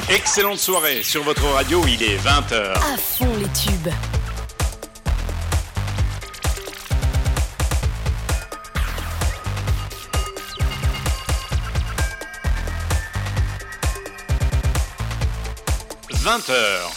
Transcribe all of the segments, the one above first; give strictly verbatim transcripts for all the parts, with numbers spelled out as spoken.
Excellente soirée sur votre radio, il est vingt heures. À fond les tubes. vingt heures.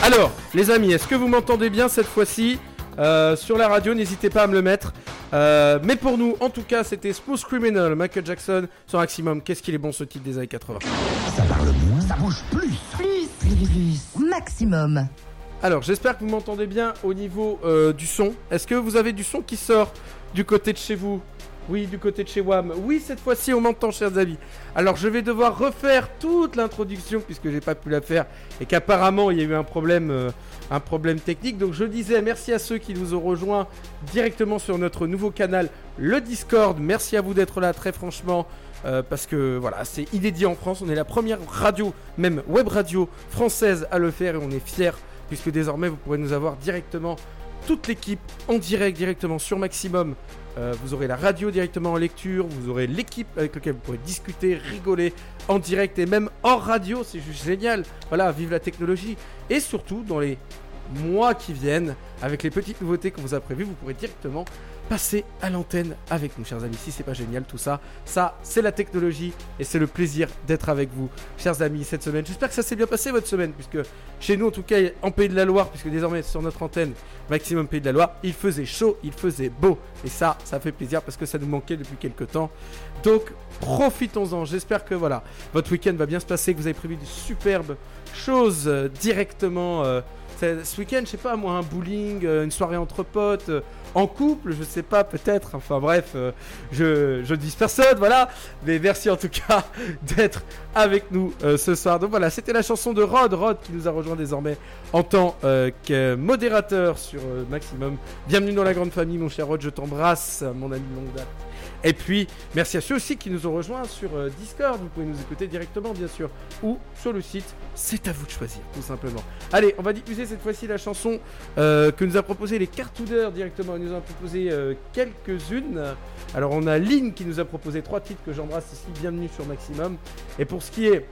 Alors, les amis, est-ce que vous m'entendez bien cette fois-ci euh, sur la radio? N'hésitez pas à me le mettre. Euh, mais pour nous, en tout cas, c'était Smooth Criminal, Michael Jackson sur Maximum. Qu'est-ce qu'il est bon ce titre des années quatre-vingts. Ça parle moins, ça bouge plus. Plus, plus, plus. Maximum. Alors, j'espère que vous m'entendez bien au niveau euh, du son. Est-ce que vous avez du son qui sort du côté de chez vous? Oui, du côté de chez W A M. Oui, cette fois-ci, on m'entend, chers amis. Alors, je vais devoir refaire toute l'introduction puisque j'ai pas pu la faire et qu'apparemment, il y a eu un problème, euh, un problème technique. Donc, je disais merci à ceux qui nous ont rejoints directement sur notre nouveau canal, le Discord. Merci à vous d'être là, très franchement. Euh, parce que voilà, c'est inédit en France. On est la première radio, même web radio française à le faire et on est fiers puisque désormais, vous pourrez nous avoir directement toute l'équipe en direct, directement sur Maximum. Euh, vous aurez la radio directement en lecture, vous aurez l'équipe avec laquelle vous pourrez discuter, rigoler en direct et même hors radio, c'est juste génial. Voilà, vive la technologie. Et surtout, dans les mois qui viennent, avec les petites nouveautés qu'on vous a prévues, vous pourrez directement passer à l'antenne avec nous, chers amis. Si c'est pas génial tout ça, ça c'est la technologie et c'est le plaisir d'être avec vous, chers amis, cette semaine. J'espère que ça s'est bien passé votre semaine, puisque chez nous en tout cas en Pays de la Loire, puisque désormais sur notre antenne Maximum Pays de la Loire, il faisait chaud, il faisait beau et ça, ça fait plaisir parce que ça nous manquait depuis quelques temps. Donc profitons-en. J'espère que voilà, votre week-end va bien se passer, que vous avez prévu de superbes choses euh, directement. Euh, ce week-end, je sais pas moi, un bowling, euh, une soirée entre potes, euh, en couple, je sais pas, peut-être. Enfin bref, euh, je, je ne vise personne, voilà. Mais merci en tout cas d'être avec nous euh, ce soir. Donc voilà, c'était la chanson de Rod, Rod qui nous a rejoint désormais en tant euh, que modérateur sur euh, Maximum. Bienvenue dans la grande famille, mon cher Rod, je t'embrasse, mon ami de longue date. Et puis, merci à ceux aussi qui nous ont rejoints sur euh, Discord. Vous pouvez nous écouter directement, bien sûr, ou sur le site. C'est à vous de choisir, tout simplement. Allez, on va diffuser cette fois-ci la chanson euh, que nous a proposé les Cartooners directement. Ils nous ont proposé euh, quelques-unes. Alors, on a Lynn qui nous a proposé trois titres que j'embrasse ici. Bienvenue sur Maximum. Et pour ce qui est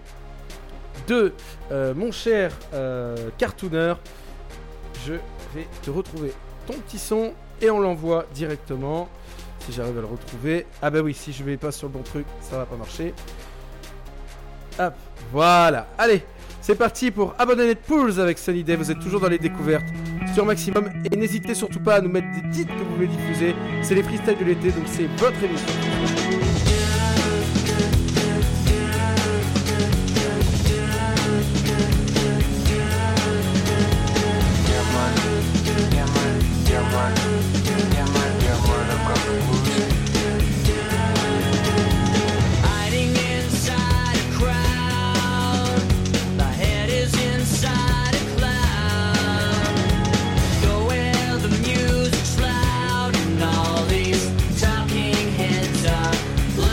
de euh, mon cher euh, Cartooner, je vais te retrouver ton petit son et on l'envoie directement. Si j'arrive à le retrouver. Ah bah oui, si je vais pas sur le bon truc, ça va pas marcher. Hop, voilà. Allez, c'est parti pour Abandoned Pools avec Sunny Day. Vous êtes toujours dans les découvertes sur Maximum. Et n'hésitez surtout pas à nous mettre des titres que vous voulez diffuser. C'est les freestyles de l'été, donc c'est votre émission. Music's loud and all these talking heads are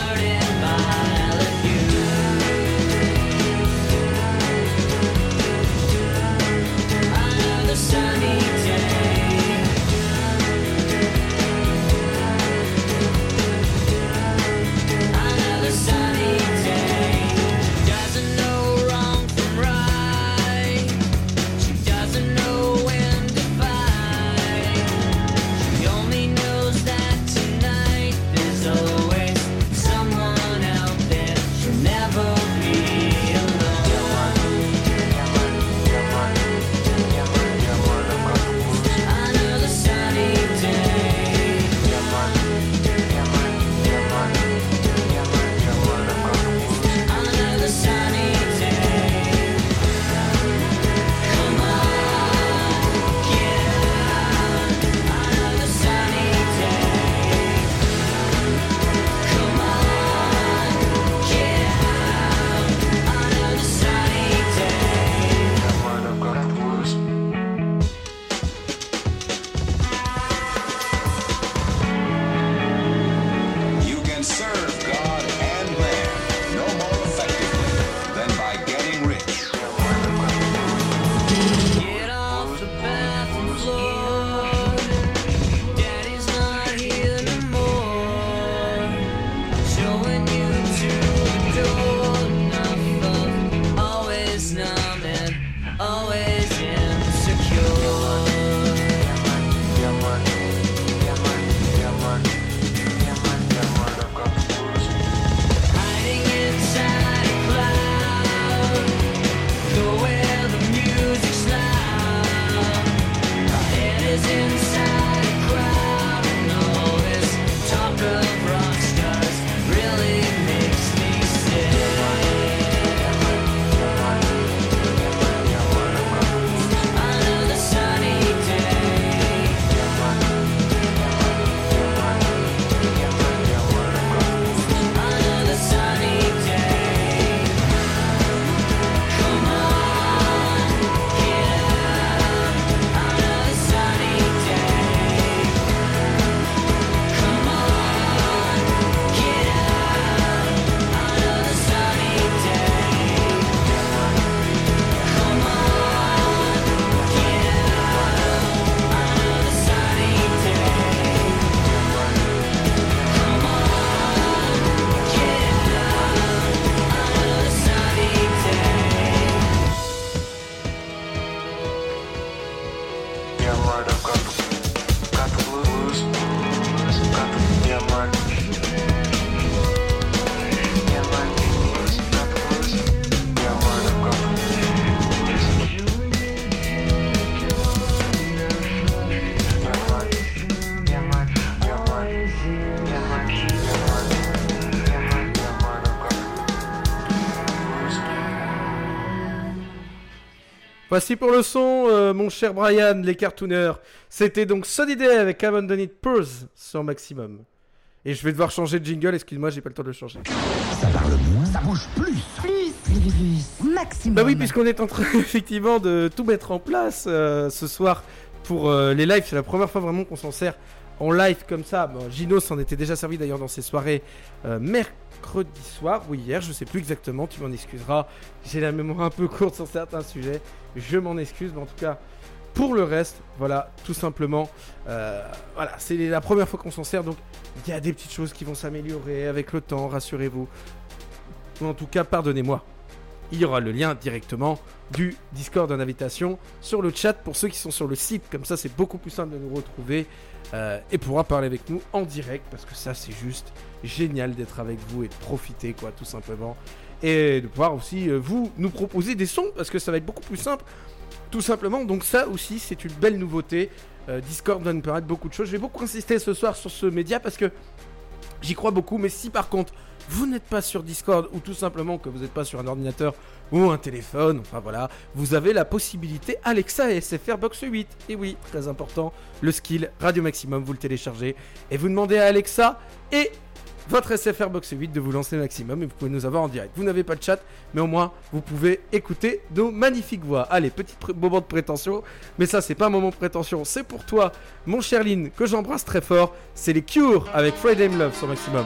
Voici pour le son, euh, mon cher Brian, les cartooners. C'était donc Sunny Day avec Abandon It Purse sur Maximum. Et je vais devoir changer de jingle, excuse-moi, j'ai pas le temps de le changer. Ça parle moins, ça bouge plus. Plus, plus, plus. Maximum. Bah oui, puisqu'on est en train effectivement de tout mettre en place euh, ce soir pour euh, les lives. C'est la première fois vraiment qu'on s'en sert en live comme ça. Bon, Gino s'en était déjà servi d'ailleurs dans ses soirées euh, mercredi soir ou hier, je sais plus exactement, tu m'en excuseras. J'ai la mémoire un peu courte sur certains sujets, je m'en excuse, mais en tout cas, pour le reste, voilà, tout simplement, euh, voilà, c'est la première fois qu'on s'en sert, donc il y a des petites choses qui vont s'améliorer avec le temps, rassurez-vous. En tout cas, pardonnez-moi. Il y aura le lien directement du Discord en invitation sur le chat pour ceux qui sont sur le site. Comme ça, c'est beaucoup plus simple de nous retrouver euh, et pourra parler avec nous en direct parce que ça, c'est juste génial d'être avec vous et de profiter, quoi, tout simplement. Et de pouvoir aussi, euh, vous, nous proposer des sons parce que ça va être beaucoup plus simple, tout simplement. Donc ça aussi, c'est une belle nouveauté. Euh, Discord va nous permettre beaucoup de choses. Je vais beaucoup insister ce soir sur ce média parce que j'y crois beaucoup. Mais si par contre, vous n'êtes pas sur Discord ou tout simplement que vous n'êtes pas sur un ordinateur ou un téléphone, enfin voilà, vous avez la possibilité Alexa et S F R Box huit. Et oui, très important, le skill Radio Maximum, vous le téléchargez et vous demandez à Alexa et votre S F R Box huit de vous lancer Maximum et vous pouvez nous avoir en direct. Vous n'avez pas de chat, mais au moins vous pouvez écouter nos magnifiques voix. Allez, petit pr- moment de prétention, mais ça c'est pas un moment de prétention, c'est pour toi, mon cher Lynn, que j'embrasse très fort. C'est les Cure avec Friday Love sur Maximum.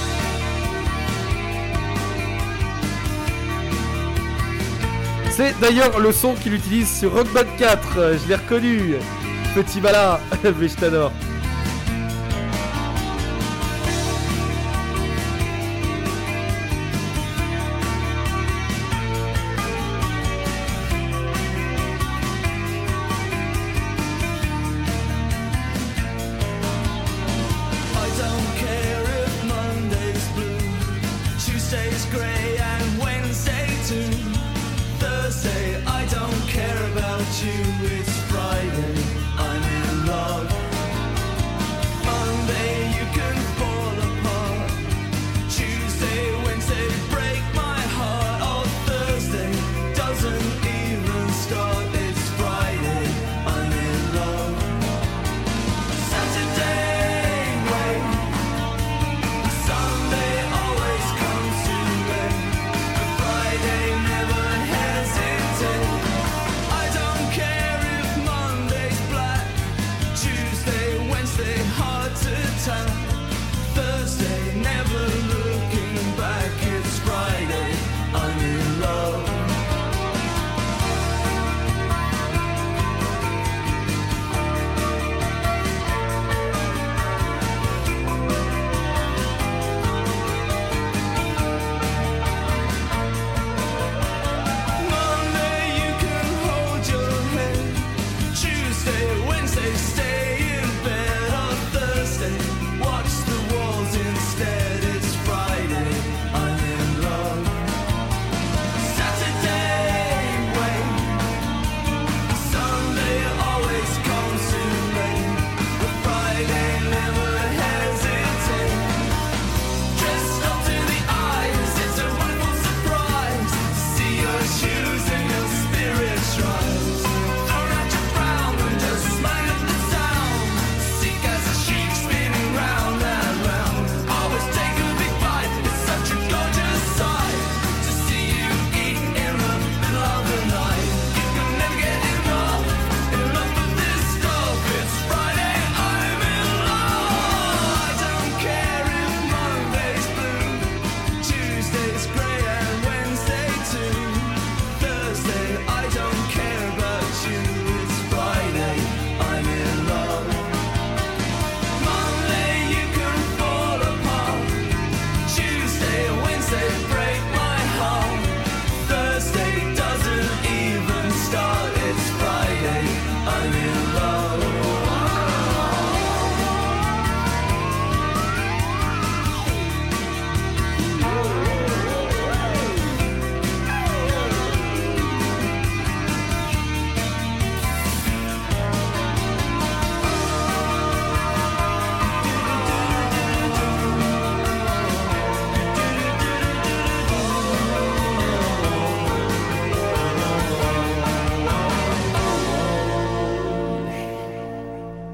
C'est d'ailleurs le son qu'il utilise sur Rock Band quatre, euh, je l'ai reconnu. Petit Bala, mais je t'adore. You, it's Friday, I'm in love.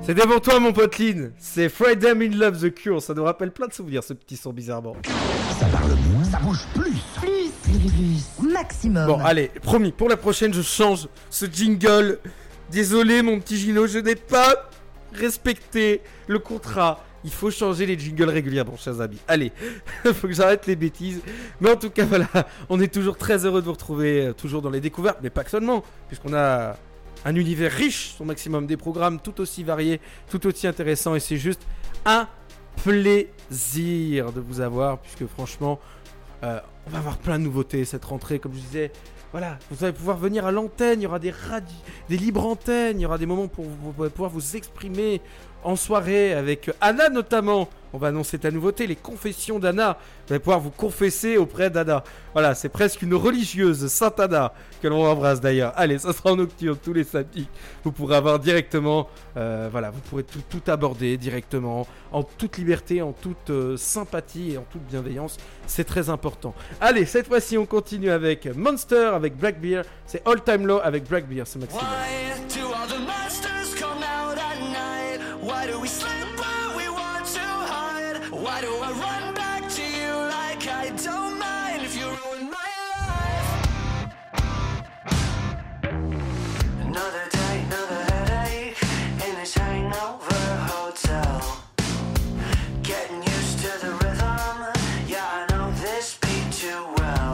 C'était pour toi, mon pote Lynn. C'est Freedom in Love The Cure. Ça nous rappelle plein de souvenirs, ce petit son bizarrement. Ça parle moins, ça bouge plus. Plus, plus, plus. Maximum. Bon, allez, promis, pour la prochaine, je change ce jingle. Désolé, mon petit Gino, je n'ai pas respecté le contrat. Il faut changer les jingles régulièrement, chers amis. Allez, faut que j'arrête les bêtises. Mais en tout cas, voilà, on est toujours très heureux de vous retrouver, euh, toujours dans les découvertes, mais pas que seulement, puisqu'on a un univers riche, au maximum, des programmes tout aussi variés, tout aussi intéressants, et c'est juste un plaisir de vous avoir, puisque franchement, euh, on va avoir plein de nouveautés cette rentrée, comme je disais. Voilà, vous allez pouvoir venir à l'antenne, il y aura des radi- des libres antennes, il y aura des moments pour vous, pour pouvoir vous exprimer en soirée avec Anna notamment. On va annoncer ta nouveauté, les confessions d'Anna. Vous allez pouvoir vous confesser auprès d'Anna. Voilà, c'est presque une religieuse, Sainte Anna, que l'on embrasse d'ailleurs. Allez, ça sera en nocturne tous les samedis. Vous pourrez avoir directement, euh, voilà, vous pourrez tout, tout aborder directement, en toute liberté, en toute euh, sympathie et en toute bienveillance. C'est très important. Allez, cette fois-ci, on continue avec Monster, avec Blackbeard. C'est All Time Low avec Blackbeard, c'est Maxime. Why do all the monsters come out at night? Why do we sleep when we want to hide? Why do I run back to you like I don't mind if you ruin my life? Another day, another headache in this hangover hotel. Getting used to the rhythm, yeah, I know this beat too well.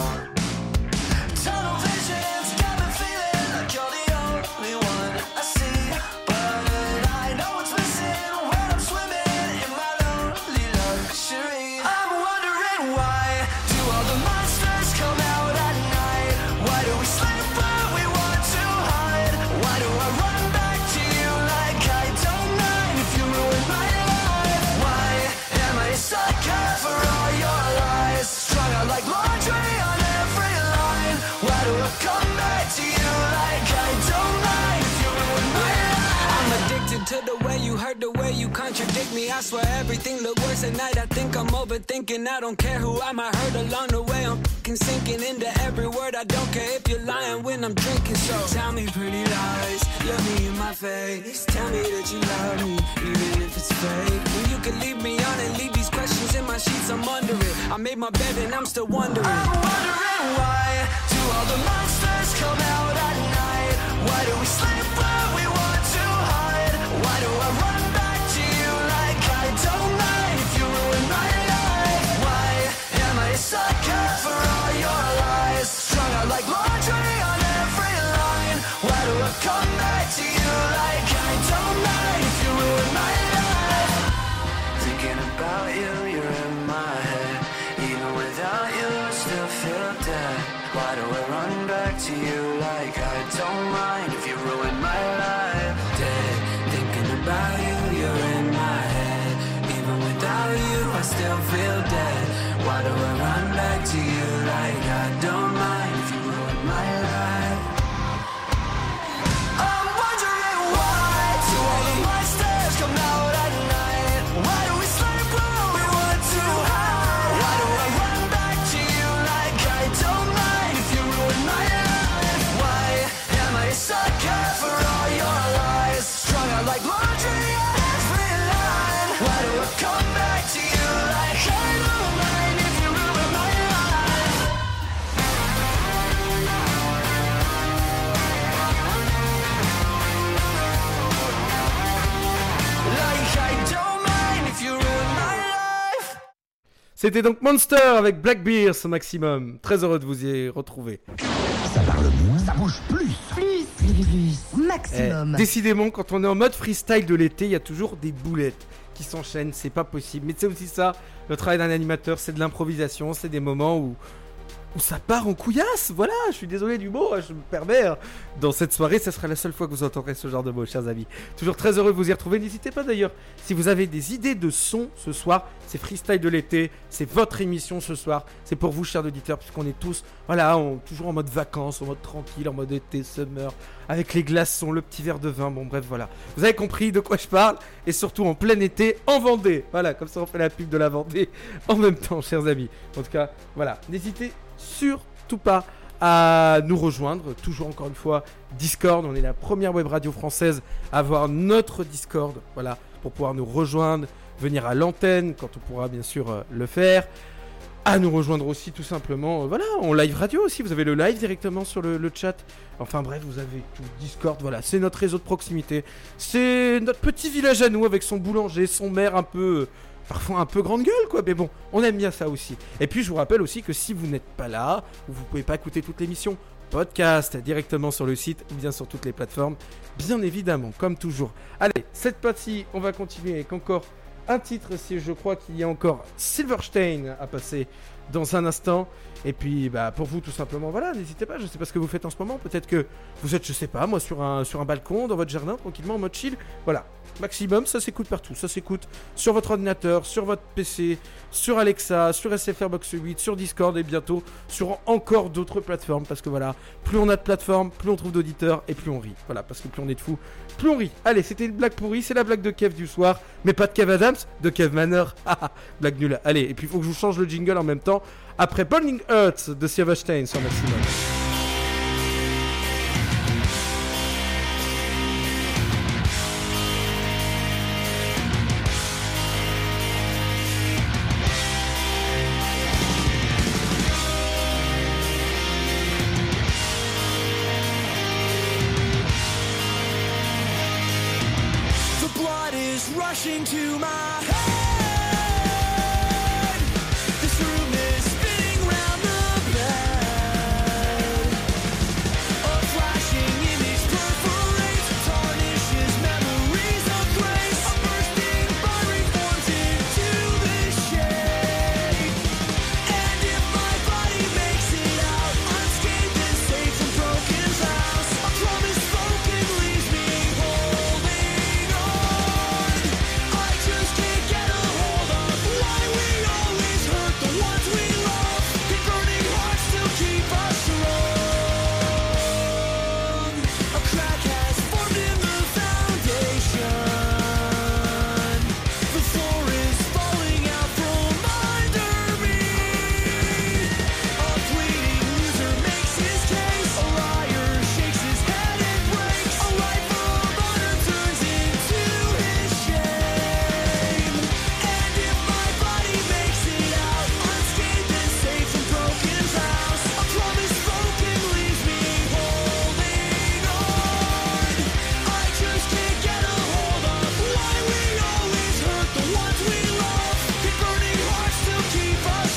Tunnel visions got me feeling like you're the only one I see, but I know what's missing when I'm swimming in my lonely luxury. I'm wondering why do all the monsters come out at night? Why do we sleep when we want to hide? Why do I run back to you like I don't mind if you ruin my life? Why am I a sucker for all your lies? Strung out like laundry on every line. Why do I come back to you like I don't mind if you ruin my life? I'm addicted to the way you hurt, the way you contradict me. I swear everything look worse at night. I think I'm overthinking. I don't care who I might hurt along the way. I'm fucking sinking into every word. I don't care if you're lying when I'm drinking. So tell me pretty lies, look me in my face. Tell me that you love me, even if it's fake. And you can leave me on and leave these questions in my sheets. I'm under it. I made my bed and I'm still wondering. I'm wondering why do all the monsters come out at night? Why do we sleep when we want to hide? Why do I run back to you like I don't mind if you ruin my life? Why am I a sucker for all your lies? Strung out like laundry on every line. Why do I come back to you like I don't mind if you ruin my life? Thinking about you, you're in my head. Even without you, I still feel dead. Why do I run back to you like I don't mind if you ruin my life? Dead, thinking about you, you're in my head. Even without you, I still feel dead. Why do I run back to you like I don't mind if you ruin my life? I'm wondering why do all the monsters come out at night? Why do we sleep when we want to hide? Why do I run back to you like I don't mind if you ruin my life? Why am I a sucker for all your lies? Strung out like laundry on every line. Why do I come back to you like I don't mind if you ruin my life? Like I don't mind if you ruin my life. C'était donc Monster avec Blackbeard, ce maximum. Très heureux de vous y retrouver. Ça parle moins, ça bouge plus. Plus, plus, plus. Eh, Maximum. décidément, quand on est en mode freestyle de l'été, il y a toujours des boulettes qui s'enchaînent, c'est pas possible. Mais c'est aussi ça, le travail d'un animateur, c'est de l'improvisation, c'est des moments où, où ça part en couillasse. Voilà, je suis désolé du mot, je me permets. Dans cette soirée, ça sera la seule fois que vous entendrez ce genre de mots, chers amis. Toujours très heureux de vous y retrouver. N'hésitez pas d'ailleurs, si vous avez des idées de sons ce soir, c'est freestyle de l'été, c'est votre émission ce soir, c'est pour vous, chers auditeurs, puisqu'on est tous, voilà, on, toujours en mode vacances, en mode tranquille, en mode été, summer, avec les glaçons, le petit verre de vin, bon bref, voilà. Vous avez compris de quoi je parle, et surtout en plein été, en Vendée. Voilà, comme ça on fait la pub de la Vendée en même temps, chers amis. En tout cas, voilà, n'hésitez surtout pas à nous rejoindre. Toujours encore une fois, Discord. On est la première web radio française à avoir notre Discord. Voilà, pour pouvoir nous rejoindre, venir à l'antenne quand on pourra bien sûr euh, le faire. À nous rejoindre aussi tout simplement, euh, voilà, en live radio aussi. Vous avez le live directement sur le, le chat. Enfin bref, vous avez tout Discord. Voilà, c'est notre réseau de proximité. C'est notre petit village à nous avec son boulanger, son maire un peu... Euh, parfois un peu grande gueule quoi, mais bon, on aime bien ça aussi. Et puis je vous rappelle aussi que si vous n'êtes pas là, ou vous pouvez pas écouter toute l'émission, podcast directement sur le site ou bien sur toutes les plateformes, bien évidemment, comme toujours. Allez, cette partie, on va continuer avec encore un titre, si je crois qu'il y a encore Silverstein à passer dans un instant. Et puis bah pour vous tout simplement, voilà, n'hésitez pas, je sais pas ce que vous faites en ce moment, peut-être que vous êtes, je sais pas, moi sur un, sur un balcon, dans votre jardin, tranquillement, en mode chill, voilà. Maximum, ça s'écoute partout, ça s'écoute sur votre ordinateur, sur votre P C, sur Alexa, sur S F R Box huit, sur Discord et bientôt sur encore d'autres plateformes, parce que voilà, plus on a de plateformes, plus on trouve d'auditeurs et plus on rit, voilà, parce que plus on est de fous, plus on rit. Allez, c'était une blague pourrie, c'est la blague de Kev du soir, mais pas de Kev Adams, de Kev Manor, haha, blague nulle. Allez, et puis il faut que je vous change le jingle en même temps, après Burning Earth de Silverstein sur Maximum. Rushing to my head. This room is spinning round the bed. A flashing image perforates, tarnishes memories of grace. A bursting fire forms into this shape. And if my body makes it out unscathed and safe from broken vows, a promise spoken leaves me holding on. I just can't get a hold of why we always hurt the ones we love. Can burning hearts still keep us strong? A crack has formed in the foundation. The floor is falling out from under me. A pleading loser makes his case. A liar shakes his head and breaks. A life of honor turns into his shame. And if my body makes it out unscathed and safe from broken vows, a promise spoken leaves me holding on. I just can't get a hold of why we always hurt the ones we love. Can burning hearts still keep us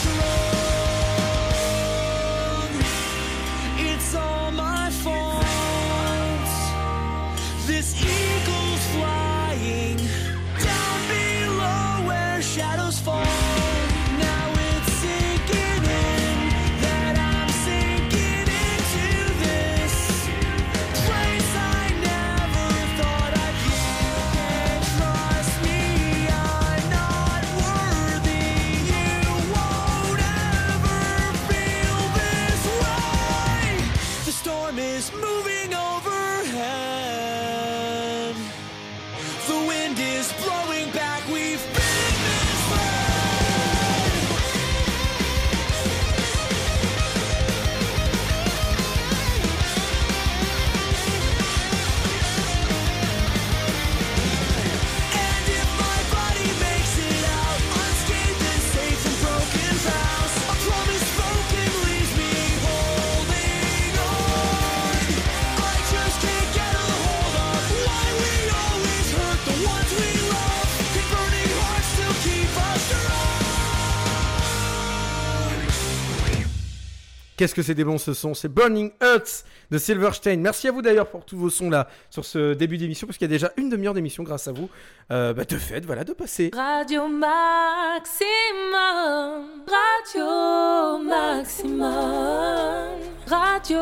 strong? It's all my fault. This eagle's flying down below where shadows fall. Now it's sinking in that I'm sinking into this place I never thought I'd be. Can't trust me, I'm not worthy. You won't ever feel this way. The storm is moving overhead. The wind is blowing back, we've been misled. And if my body makes it out unscathed and safe from broken vows, a promise spoken leaves me holding on. I just can't get a hold of why we always hurt the ones we love. Can burning hearts still keep us strong? Qu'est-ce que c'est des bons ce son, c'est Burning Earth de Silverstein. Merci à vous d'ailleurs pour tous vos sons là sur ce début d'émission, parce qu'il y a déjà une demi-heure d'émission grâce à vous. Euh, bah, de fait, voilà, de passer. Radio Maximum, Radio Maximum, Radio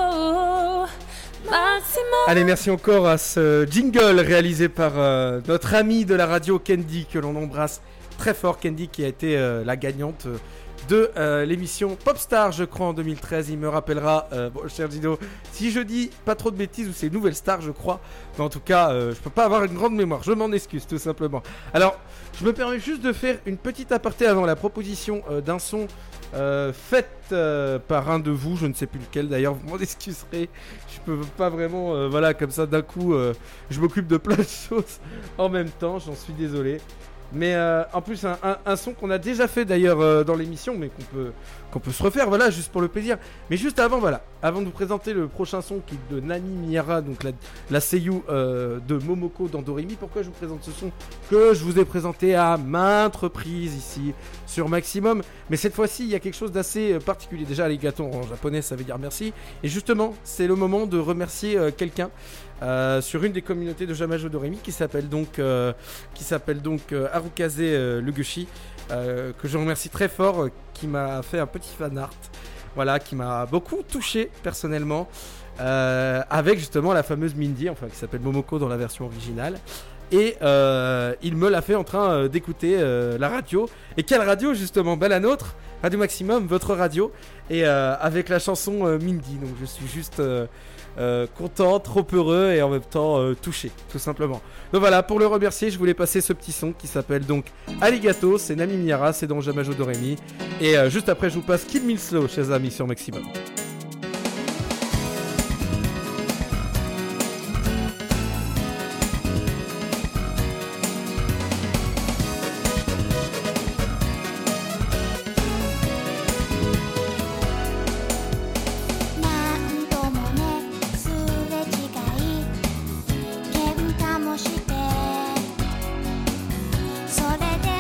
Maximum. Allez, merci encore à ce jingle réalisé par euh, notre ami de la radio Candy, que l'on embrasse très fort. Candy qui a été euh, la gagnante euh, de euh, l'émission Popstar, je crois, en deux mille treize. Il me rappellera, euh, bon, cher Dino, si je dis pas trop de bêtises ou c'est Nouvelle Star, je crois. Mais en tout cas, euh, je peux pas avoir une grande mémoire. Je m'en excuse, tout simplement. Alors, je me permets juste de faire une petite aparté avant la proposition euh, d'un son euh, faite euh, par un de vous. Je ne sais plus lequel d'ailleurs, vous m'en excuserez. Je peux pas vraiment, euh, voilà, comme ça d'un coup, euh, je m'occupe de plein de choses en même temps. J'en suis désolé. Mais euh, en plus un, un, un son qu'on a déjà fait d'ailleurs euh, dans l'émission, mais qu'on peut, qu'on peut se refaire, voilà, juste pour le plaisir. Mais juste avant, voilà, avant de vous présenter le prochain son qui est de Nami Miyara, donc la, la seiyuu euh, de Momoko dans Doremi. Pourquoi je vous présente ce son que je vous ai présenté à maintes reprises ici sur Maximum. Mais cette fois-ci, il y a quelque chose d'assez particulier. Déjà, arigato en japonais, ça veut dire merci. Et justement, c'est le moment de remercier euh, quelqu'un. Euh, sur une des communautés de Jamajo Doremi qui s'appelle donc euh, qui s'appelle donc euh, Harukaze euh, Lugushi, euh, que je remercie très fort, euh, qui m'a fait un petit fan art, voilà, qui m'a beaucoup touché personnellement, euh, avec justement la fameuse Mindy, enfin qui s'appelle Momoko dans la version originale. Et euh, il me l'a fait en train euh, d'écouter euh, la radio. Et quelle radio justement? Ben la nôtre, Radio Maximum, votre radio. Et euh, avec la chanson euh, Mindy. Donc je suis juste euh, euh, content, trop heureux et en même temps euh, touché, tout simplement. Donc voilà, pour le remercier, je voulais passer ce petit son qui s'appelle donc Arigato. C'est Nami Miyara, c'est dans Jamajo Doremi. Et euh, juste après, je vous passe Kill Me Slow, chers amis, sur Maximum.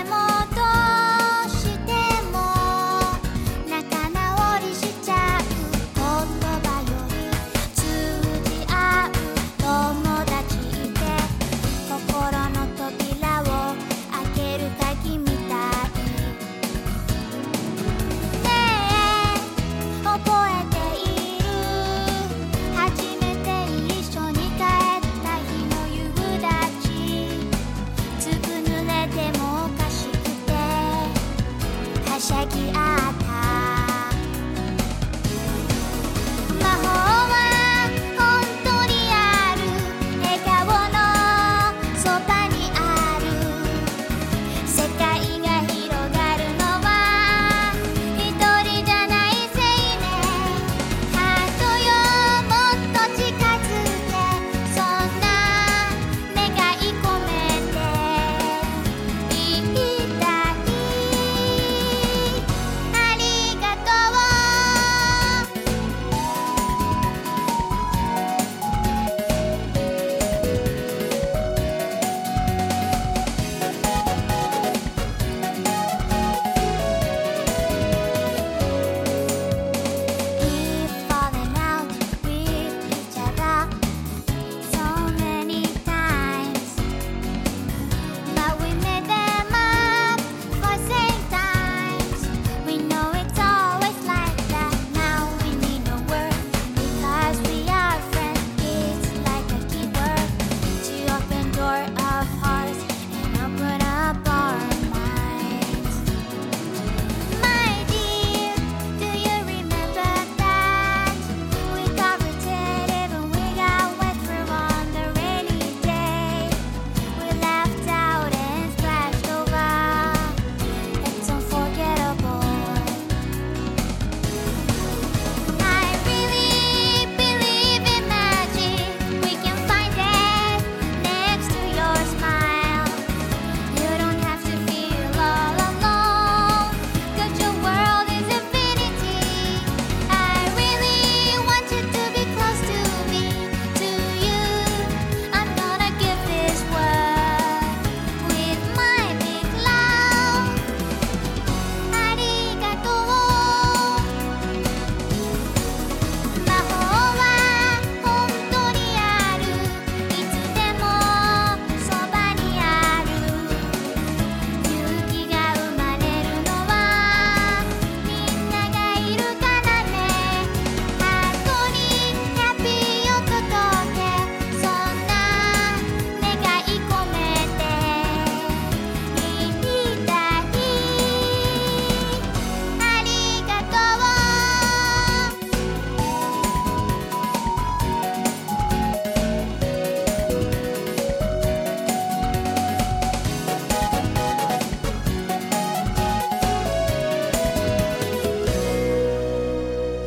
仲直りしちゃう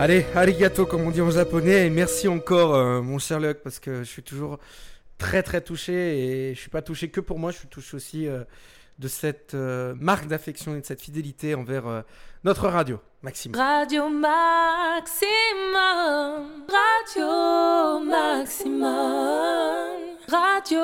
Allez, arigato comme on dit en japonais, et merci encore euh, mon Sherlock, parce que je suis toujours très très touché, et je suis pas touché que pour moi, je suis touché aussi euh, de cette euh, marque d'affection et de cette fidélité envers euh, notre radio, Maxime. Radio Maximum, Radio Maximum, Radio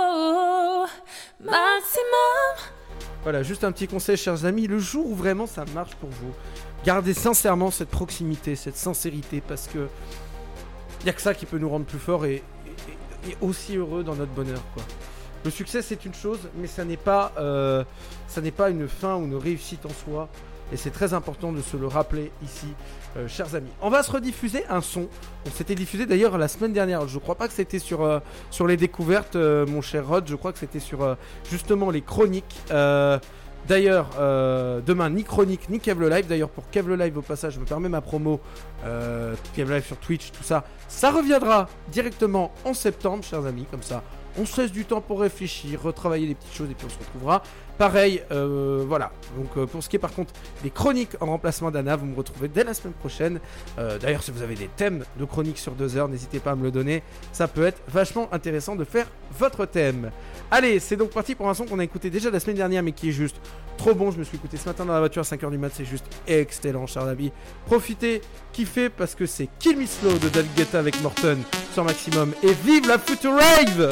Maximum. Voilà, juste un petit conseil, chers amis, le jour où vraiment ça marche pour vous, gardez sincèrement cette proximité, cette sincérité, parce que il y a que ça qui peut nous rendre plus forts et, et, et aussi heureux dans notre bonheur, quoi. Le succès, c'est une chose, mais ça n'est pas, euh, ça n'est pas une fin ou une réussite en soi. Et c'est très important de se le rappeler ici, euh, chers amis. On va se rediffuser un son. On s'était diffusé d'ailleurs la semaine dernière. Je crois pas que c'était sur, euh, sur les découvertes, euh, mon cher Rod. Je crois que c'était sur euh, justement les chroniques. Euh, d'ailleurs, euh, demain, ni chronique, ni Kev le Live. D'ailleurs, pour Kev le Live, au passage, je me permets ma promo. Euh, Kev Live sur Twitch, tout ça. Ça reviendra directement en septembre, chers amis. Comme ça, on se laisse du temps pour réfléchir, retravailler les petites choses et puis on se retrouvera. Pareil, euh, voilà. Donc euh, pour ce qui est par contre des chroniques en remplacement d'Anna, vous me retrouvez dès la semaine prochaine. Euh, D'ailleurs, si vous avez des thèmes de chroniques sur deux heures, n'hésitez pas à me le donner. Ça peut être vachement intéressant de faire votre thème. Allez, c'est donc parti pour un son qu'on a écouté déjà la semaine dernière, mais qui est juste trop bon. Je me suis écouté ce matin dans la voiture à cinq heures du mat. C'est juste excellent, chers amis. Profitez, kiffez, parce que c'est Kill Me Slow de David Guetta avec Morton sur Maximum. Et vive la Future Rave!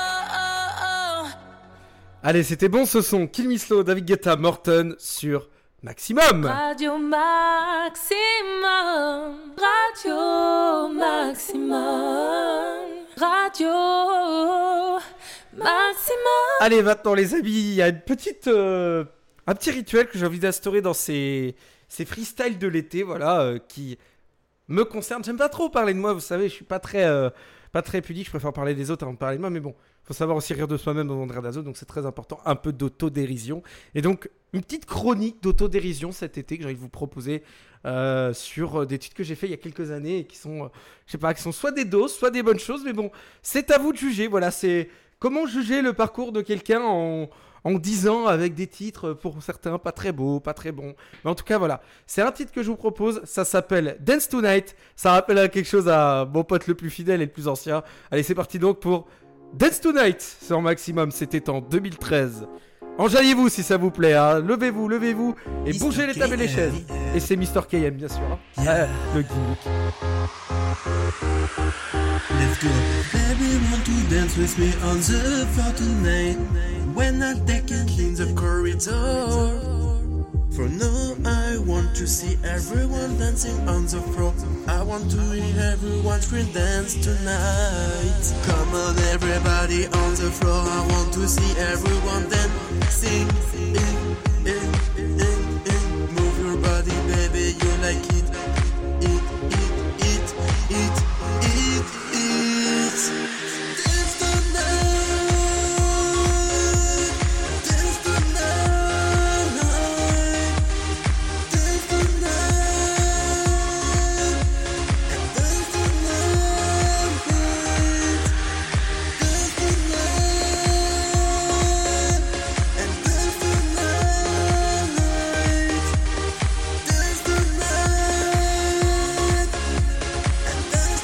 Allez, c'était bon ce son. Kill Me Slow, David Guetta, Morton sur Maximum. Radio Maximum. Radio Maximum. Radio Maximum. Allez, maintenant les amis, il y a une petite, euh, un petit rituel que j'ai envie d'instaurer dans ces, ces freestyles de l'été, voilà, euh, qui me concerne. J'aime pas trop parler de moi, vous savez, je suis pas très, euh, pas très pudique, je préfère parler des autres avant de parler de moi, mais bon, faut savoir aussi rire de soi-même au moment de Radazo, donc c'est très important, un peu d'autodérision. Et donc, une petite chronique d'autodérision cet été que j'ai envie de vous proposer euh, sur des titres que j'ai fait il y a quelques années et qui sont, euh, je sais pas, qui sont soit des doses, soit des bonnes choses, mais bon, c'est à vous de juger, voilà, c'est comment juger le parcours de quelqu'un en, en dix ans avec des titres pour certains pas très beaux, pas très bons. Mais en tout cas, voilà, c'est un titre que je vous propose, ça s'appelle Dance Tonight, ça rappelle quelque chose à mon pote le plus fidèle et le plus ancien. Allez, c'est parti donc pour Dance Tonight sur Maximum, c'était en deux mille treize. Enjaillez-vous si ça vous plaît, hein. Levez-vous, levez-vous et Mister bougez les tables et les chaises. Et c'est Mister K M bien sûr, hein. Yeah. Ah, le gimmick. Let's go. Baby, want to dance with me on the floor tonight. When I take it in the corridor. For now, I want to see everyone dancing on the floor. I want to hear everyone scream dance tonight. Come on, everybody on the floor. I want to see everyone dancing. Eh, eh, eh, eh. Move your body, baby, you like it. It, it, it, it, it, it. Dance tonight. Dance tonight. Dance tonight. And dance tonight. Dance tonight. And dance tonight. Dance tonight. And dance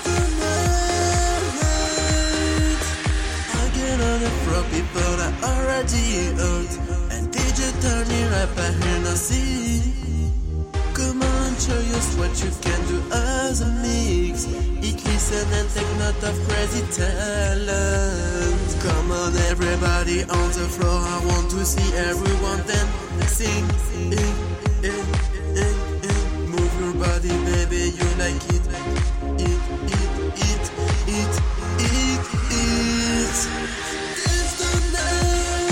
tonight. Again on the floor, people are already out. And D J turn it up, I hear no see. Come on, show us what you can do as a mix. Eat, listen and take note of crazy talent. Come on, everybody on the floor. I want to see everyone dancing. Eh, eh, eh, eh. Move your body, baby, you like it. It, it, it, it, it, it. Dance tonight.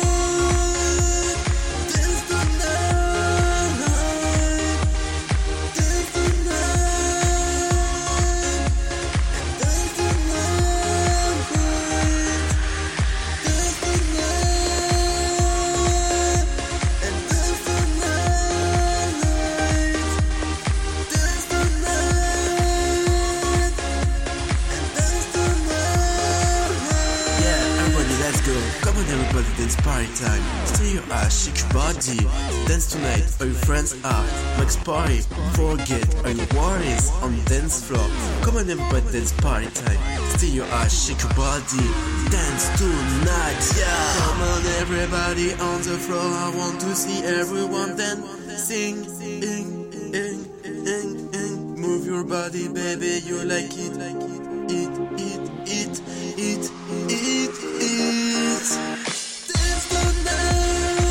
Dance tonight. Dance tonight. And dance tonight. Dance tonight. And dance tonight. Dance tonight. And dance tonight. Yeah, everybody, let's go. Come on, everybody, dance party time. Stay your ass, shake your body. Dance tonight, all your friends are. Max party, forget all your worries on the dance floor. Come on, everybody, dance party time. Stay your ass, shake your body. Dance tonight, yeah. Come on, everybody on the floor. I want to see everyone dancing. Ing, ing, ing, ing. Move your body, baby, you like it. It, it, it, it, it, it. Dance tonight.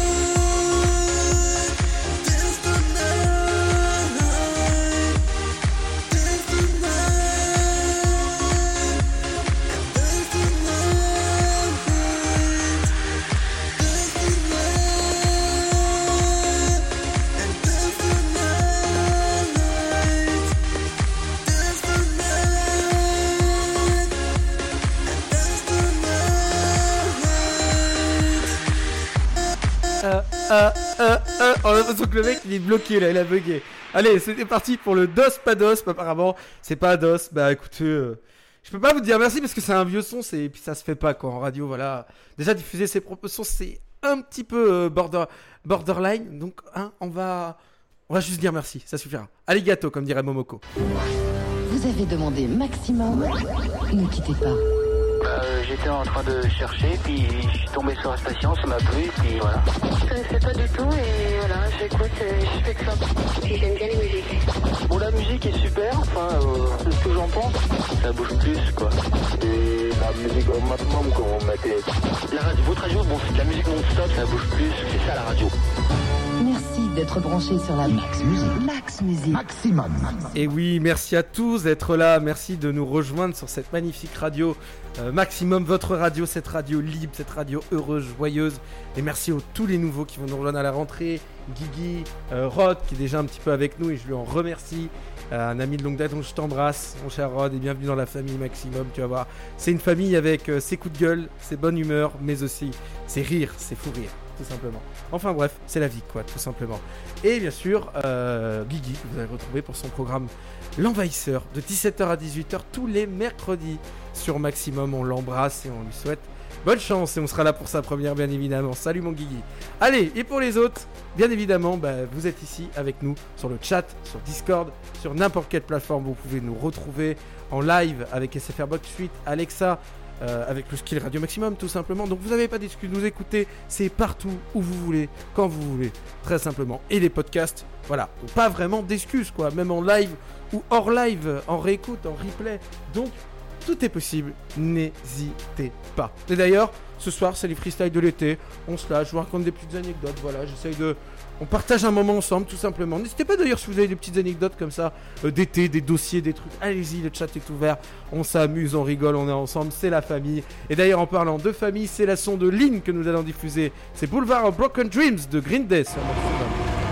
Dance tonight. Dance tonight. And dance tonight. Dance tonight. And dance tonight. Dance tonight. And dance tonight. Euh, euh, euh, euh. On a l'impression que le mec il est bloqué là, il a bugué. Allez, c'était parti pour le dos pas dos. Apparemment, c'est pas dos. Bah écoutez, euh, je peux pas vous dire merci parce que c'est un vieux son, c'est... et puis ça se fait pas quoi en radio. Voilà. Déjà diffuser ses propres sons, c'est un petit peu euh, border... borderline. Donc, hein, on va, on va juste dire merci, ça suffira. Alligato, comme dirait Momoko. Vous avez demandé maximum. Ne quittez pas. Euh, j'étais en train de chercher, puis je suis tombé sur la station, ça m'a plu, puis voilà. Je connaissais pas du tout et voilà, j'écoute et je fais que ça. Et j'aime bien les musiques. Bon, la musique est super, enfin, euh, c'est ce que j'en pense. Ça bouge plus, quoi. Et la musique au maximum, quand on mettait... La radio, votre radio, bon, c'est de la musique non-stop, ça bouge plus, c'est ça la radio. Merci d'être branché sur la Max Musique. Max Musique. Maximum. Et oui, merci à tous d'être là, merci de nous rejoindre sur cette magnifique radio euh, Maximum, votre radio, cette radio libre, cette radio heureuse, joyeuse. Et merci à tous les nouveaux qui vont nous rejoindre à la rentrée, Guigui, euh, Rod qui est déjà un petit peu avec nous et je lui en remercie. Euh, un ami de longue date, donc je t'embrasse mon cher Rod et bienvenue dans la famille Maximum, tu vas voir. C'est une famille avec euh, ses coups de gueule, ses bonnes humeurs, mais aussi ses rires, ses fous rires. Tout simplement. Enfin bref, c'est la vie quoi, tout simplement. Et bien sûr, euh, Guigui, que vous allez retrouver pour son programme L'Envahisseur, de dix-sept heures à dix-huit heures, tous les mercredis sur Maximum. On l'embrasse et on lui souhaite bonne chance et on sera là pour sa première bien évidemment. Salut mon Guigui. Allez, et pour les autres, bien évidemment, bah, vous êtes ici avec nous sur le chat, sur Discord, sur n'importe quelle plateforme. Vous pouvez nous retrouver en live avec S F R Box Suite, Alexa, Euh, avec le skill Radio Maximum tout simplement. Donc vous n'avez pas d'excuses, nous écouter, c'est partout où vous voulez, quand vous voulez, très simplement. Et les podcasts, voilà, donc pas vraiment d'excuses quoi, même en live ou hors live, en réécoute, en replay. Donc tout est possible, n'hésitez pas. Et d'ailleurs, ce soir c'est les freestyles de l'été, on se lâche, je vous raconte des petites anecdotes, voilà, j'essaye de... On partage un moment ensemble tout simplement. N'hésitez pas d'ailleurs si vous avez des petites anecdotes comme ça, euh, d'été, des dossiers, des trucs. Allez-y, le chat est ouvert. On s'amuse, on rigole, on est ensemble, c'est la famille. Et d'ailleurs en parlant de famille, c'est la son de Lynn que nous allons diffuser. C'est Boulevard of Broken Dreams de Green Day sur Maximum.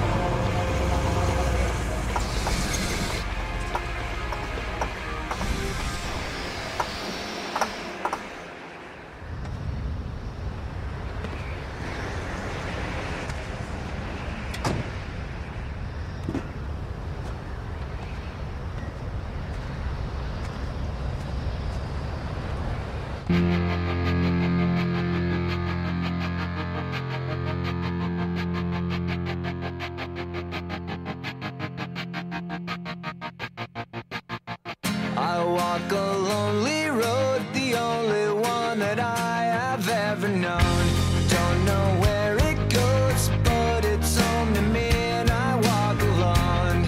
I walk a lonely road, the only one that I have ever known. Don't know where it goes, but it's home to me and I walk alone.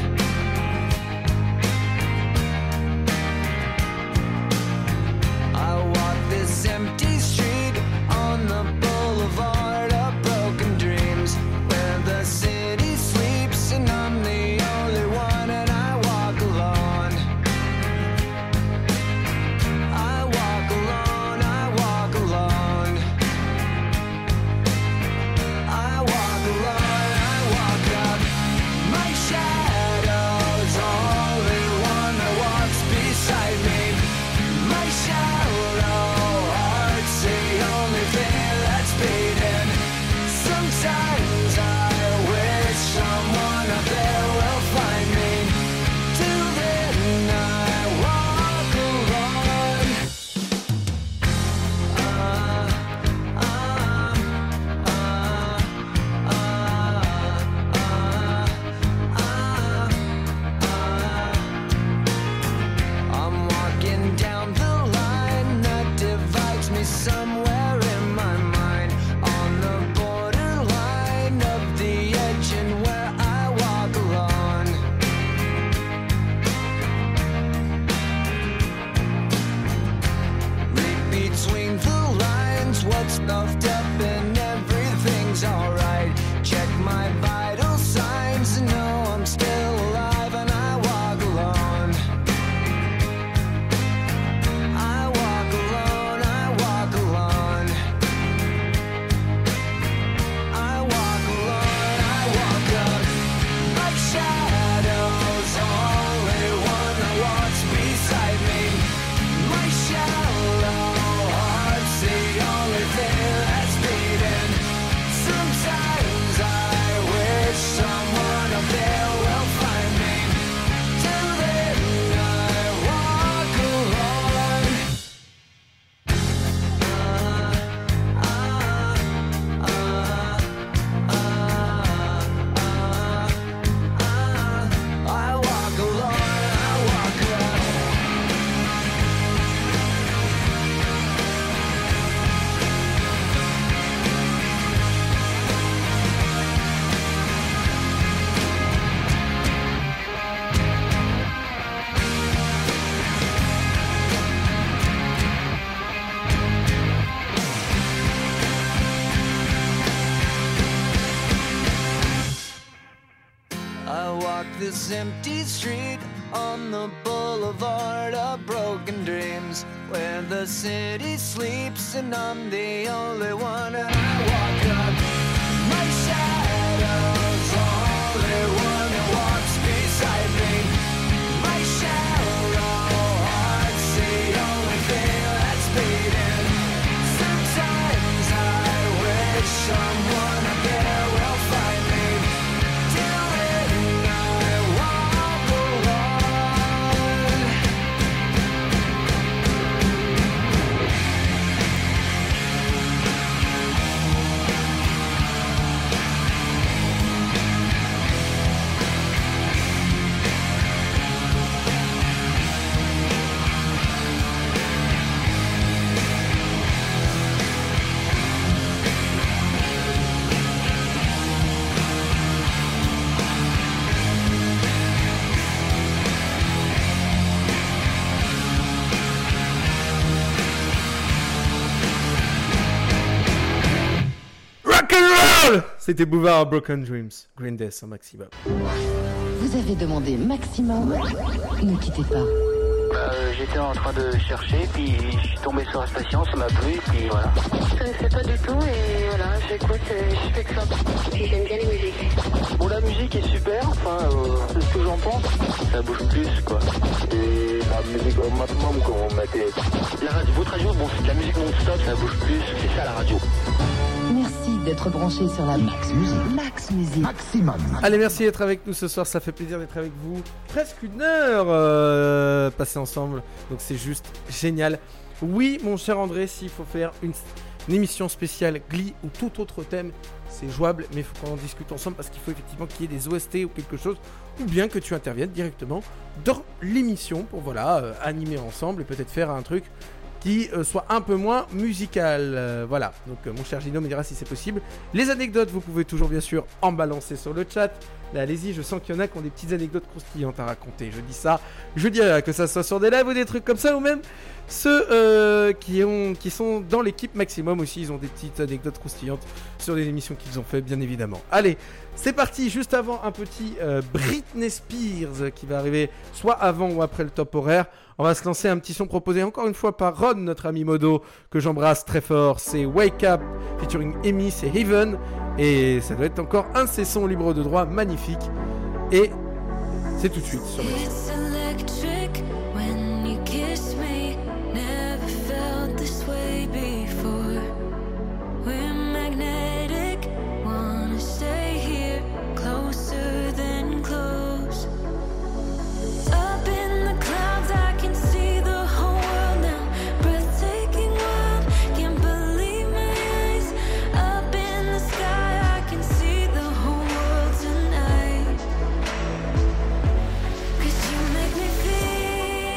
I walk this empty street on the boulevard of broken dreams, where the city sleeps and I'm the only one and I walk alone. I walk this empty street on the boulevard of broken dreams, where the city sleeps and I'm the only one. And I walk up, my shadow's only one that walks beside me. My shallow heart's the only thing that's beating. Sometimes I wish someone up there will find me. Till then I walk alone. Rock'n'roll. C'était Bouvard Broken Dreams, Green Day sur Maximum. Vous avez demandé maximum. Ne quittez pas. Euh, J'étais en train de chercher, puis je suis tombé sur la station, ça m'a plu, puis voilà. Je connaissais pas du tout et voilà, j'écoute et je fais que ça. Et j'aime bien les musiques. Bon, la musique est super, enfin, euh, c'est ce que j'en pense. Ça bouge plus, quoi. Et la musique au maximum, quand on mettait... La radio, votre radio, bon, c'est de la musique non-stop, ça bouge plus, c'est ça la radio. Merci d'être branché sur la Max Musique. Max Musique. Maximum. Allez, merci d'être avec nous ce soir, ça fait plaisir d'être avec vous. Presque une heure euh, passée ensemble, donc c'est juste génial. Oui, mon cher André, s'il faut faire une, une émission spéciale Glee ou tout autre thème, c'est jouable, mais il faut qu'on en discute ensemble parce qu'il faut effectivement qu'il y ait des O S T ou quelque chose, ou bien que tu interviennes directement dans l'émission pour voilà euh, animer ensemble et peut-être faire un truc qui euh, soit un peu moins musical. Euh, voilà, donc euh, mon cher Gino me dira si c'est possible. Les anecdotes, vous pouvez toujours bien sûr en balancer sur le chat. Là, allez-y, je sens qu'il y en a qui ont des petites anecdotes croustillantes à raconter. Je dis ça, je dis euh, que ça soit sur des lives ou des trucs comme ça, ou même ceux euh, qui, ont, qui sont dans l'équipe Maximum aussi, ils ont des petites anecdotes croustillantes sur les émissions qu'ils ont fait, bien évidemment. Allez, c'est parti, juste avant un petit euh, Britney Spears qui va arriver soit avant ou après le top horaire. On va se lancer un petit son proposé encore une fois par Ron, notre ami Modo, que j'embrasse très fort. C'est Wake Up featuring Amy, c'est Heaven. Et ça doit être encore un de ces sons libres de droit magnifiques. Et c'est tout de suite sur Maximum. It's electric when you kiss me. Never felt this way before. We're magnetic, wanna stay here, closer than close. Up in the clouds, I can see the whole world now. Breathtaking wild, can't believe my eyes. Up in the sky, I can see the whole world tonight. 'Cause you make me feel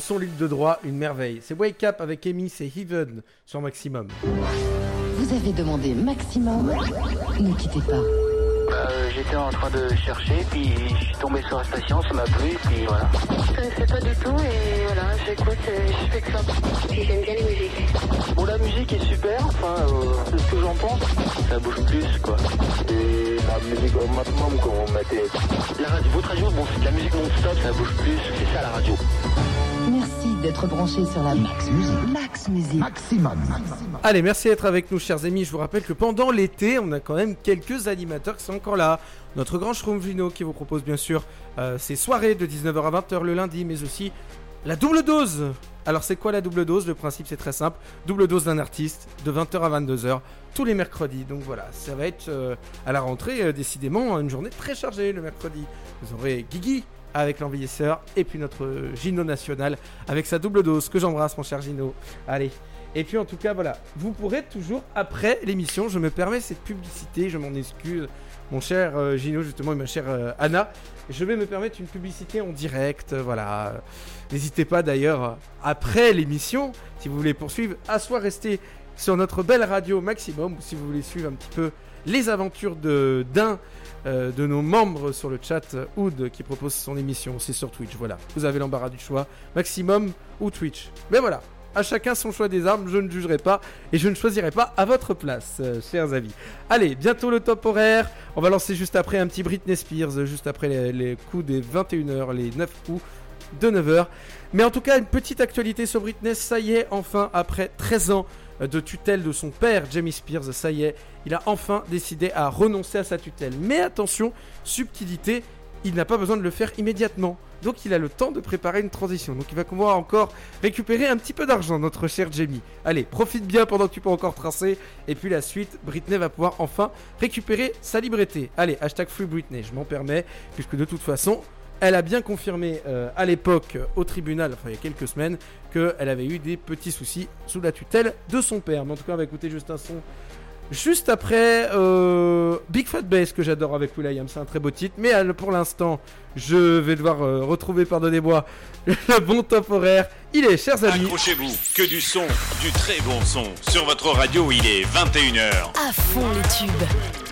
son libre de droit, une merveille. C'est Wake Up avec Amy, c'est Heaven sur Maximum. Vous avez demandé Maximum. Ne quittez pas. Euh, j'étais en train de chercher, puis je suis tombé sur la station, ça m'a plu, puis voilà. Je connaissais pas du tout et voilà, j'écoute et je fais que ça. Puis j'aime bien les musiques. Bon, la musique est super, enfin, euh, c'est ce que j'en pense. Ça bouge plus, quoi. Et la musique au maximum, quand on mettait... La radio, votre radio, bon, c'est de la musique non-stop, ça bouge plus, c'est ça la radio. Merci d'être branché sur la Max Musique. Max Musique. Maximum. Allez, merci d'être avec nous, chers amis. Je vous rappelle que pendant l'été, on a quand même quelques animateurs qui sont encore là. Notre grand Shroom Vino qui vous propose bien sûr euh, ses soirées de dix-neuf heures à vingt heures le lundi, mais aussi la double dose. Alors, c'est quoi la double dose? Le principe, c'est très simple. Double dose d'un artiste de vingt heures à vingt-deux heures tous les mercredis. Donc voilà, ça va être euh, à la rentrée, euh, décidément, une journée très chargée le mercredi. Vous aurez Guigui avec l'envahisseur et puis notre Gino national avec sa double dose que j'embrasse, mon cher Gino. Allez. Et puis en tout cas, voilà, vous pourrez toujours après l'émission, je me permets cette publicité, je m'en excuse, mon cher euh, Gino justement et ma chère euh, Anna, je vais me permettre une publicité en direct, euh, voilà. N'hésitez pas d'ailleurs, après l'émission, si vous voulez poursuivre, à soit rester sur notre belle radio Maximum, ou si vous voulez suivre un petit peu les aventures de d'un euh, de nos membres sur le chat, euh, Oud, qui propose son émission, c'est sur Twitch, voilà. Vous avez l'embarras du choix, Maximum ou Twitch. Mais voilà. À chacun son choix des armes, je ne jugerai pas et je ne choisirai pas à votre place, euh, chers amis. Allez, bientôt le top horaire. On va lancer juste après un petit Britney Spears, juste après les, les coups des vingt et une heures, les neuf coups de neuf heures. Mais en tout cas, une petite actualité sur Britney. Ça y est, enfin, après treize ans de tutelle de son père, Jamie Spears, ça y est, il a enfin décidé à renoncer à sa tutelle. Mais attention, subtilité, il n'a pas besoin de le faire immédiatement. Donc il a le temps de préparer une transition. Donc il va pouvoir encore récupérer un petit peu d'argent, notre cher Jamie. Allez, profite bien pendant que tu peux encore tracer. Et puis la suite, Britney va pouvoir enfin récupérer sa liberté. Allez, hashtag Free Britney, je m'en permets. Puisque de toute façon, elle a bien confirmé euh, à l'époque euh, au tribunal, enfin il y a quelques semaines, qu'elle avait eu des petits soucis sous la tutelle de son père. Mais en tout cas, on va écouter juste un son. Juste après euh, Big Fat Bass que j'adore avec will.i.am, c'est un très beau titre. Mais euh, pour l'instant, je vais devoir euh, retrouver, pardonnez-moi, le bon top horaire. Il est, chers amis. Accrochez-vous, que du son, du très bon son. Sur votre radio, il est vingt et une heures. À fond les tubes.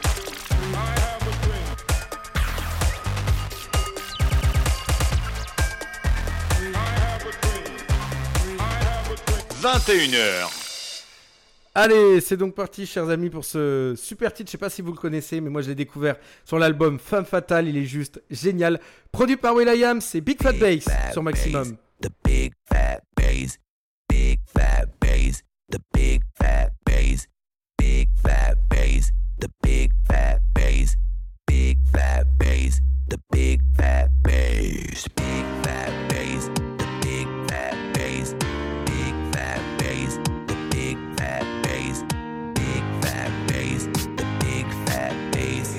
vingt et une heures. Allez, c'est donc parti, chers amis, pour ce super titre. Je sais pas si vous le connaissez, mais moi je l'ai découvert sur l'album Femme Fatale. Il est juste génial. Produit par will.i.am, c'est Big Fat Bass sur Maximum. The big fat bass, big fat bass, the big fat bass, big fat bass, the big fat bass, big fat bass, the big fat bass, big fat bass, the big fat bass, big fat bass, the big fat bass, big fat bass, the big fat bass.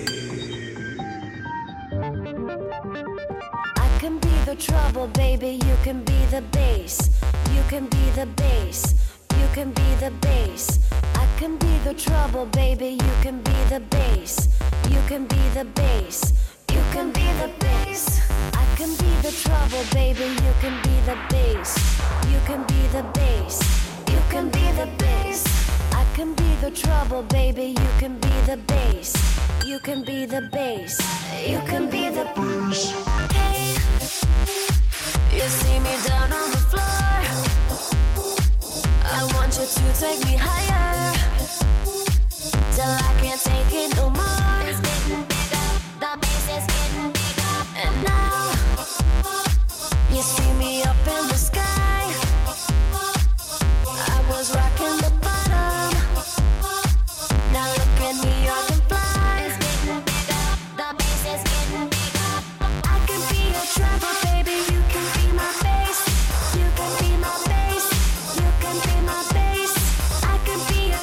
I can be the trouble, baby, you can be the bass. You can be the bass. You can be the bass. I can be the trouble, baby, you can be the bass. You can be the bass. You can be the bass. I can be the trouble, baby, you can be the bass. You can be the bass. You can be the bass. I can be the trouble, baby, you can be the bass. You can be the bass. You can be the bass. Hey, you see me down on the floor. I want you to take me higher, till I can't take it no more. It's getting bigger, the bass is getting bigger. And now, you see me up in the sky. I was rocking the bottom, now look at me, I can fly. It's getting bigger, the bass is getting bigger. I can be your trouble, baby, you can be my bass. You can be my bass. You can be my bass. I can be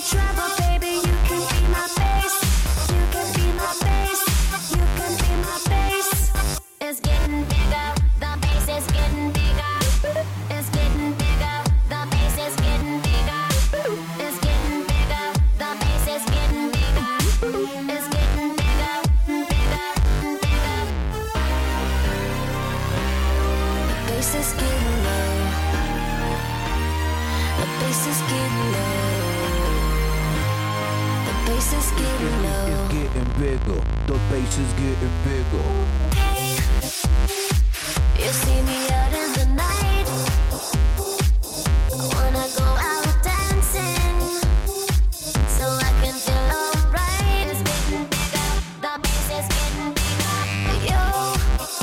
bass is getting low. It's getting bigger. The bass is getting bigger. You see me out in the night. I wanna go out dancing, so I can feel alright. It's getting bigger, the bass is getting bigger. Yo,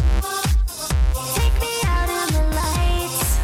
take me out in the lights.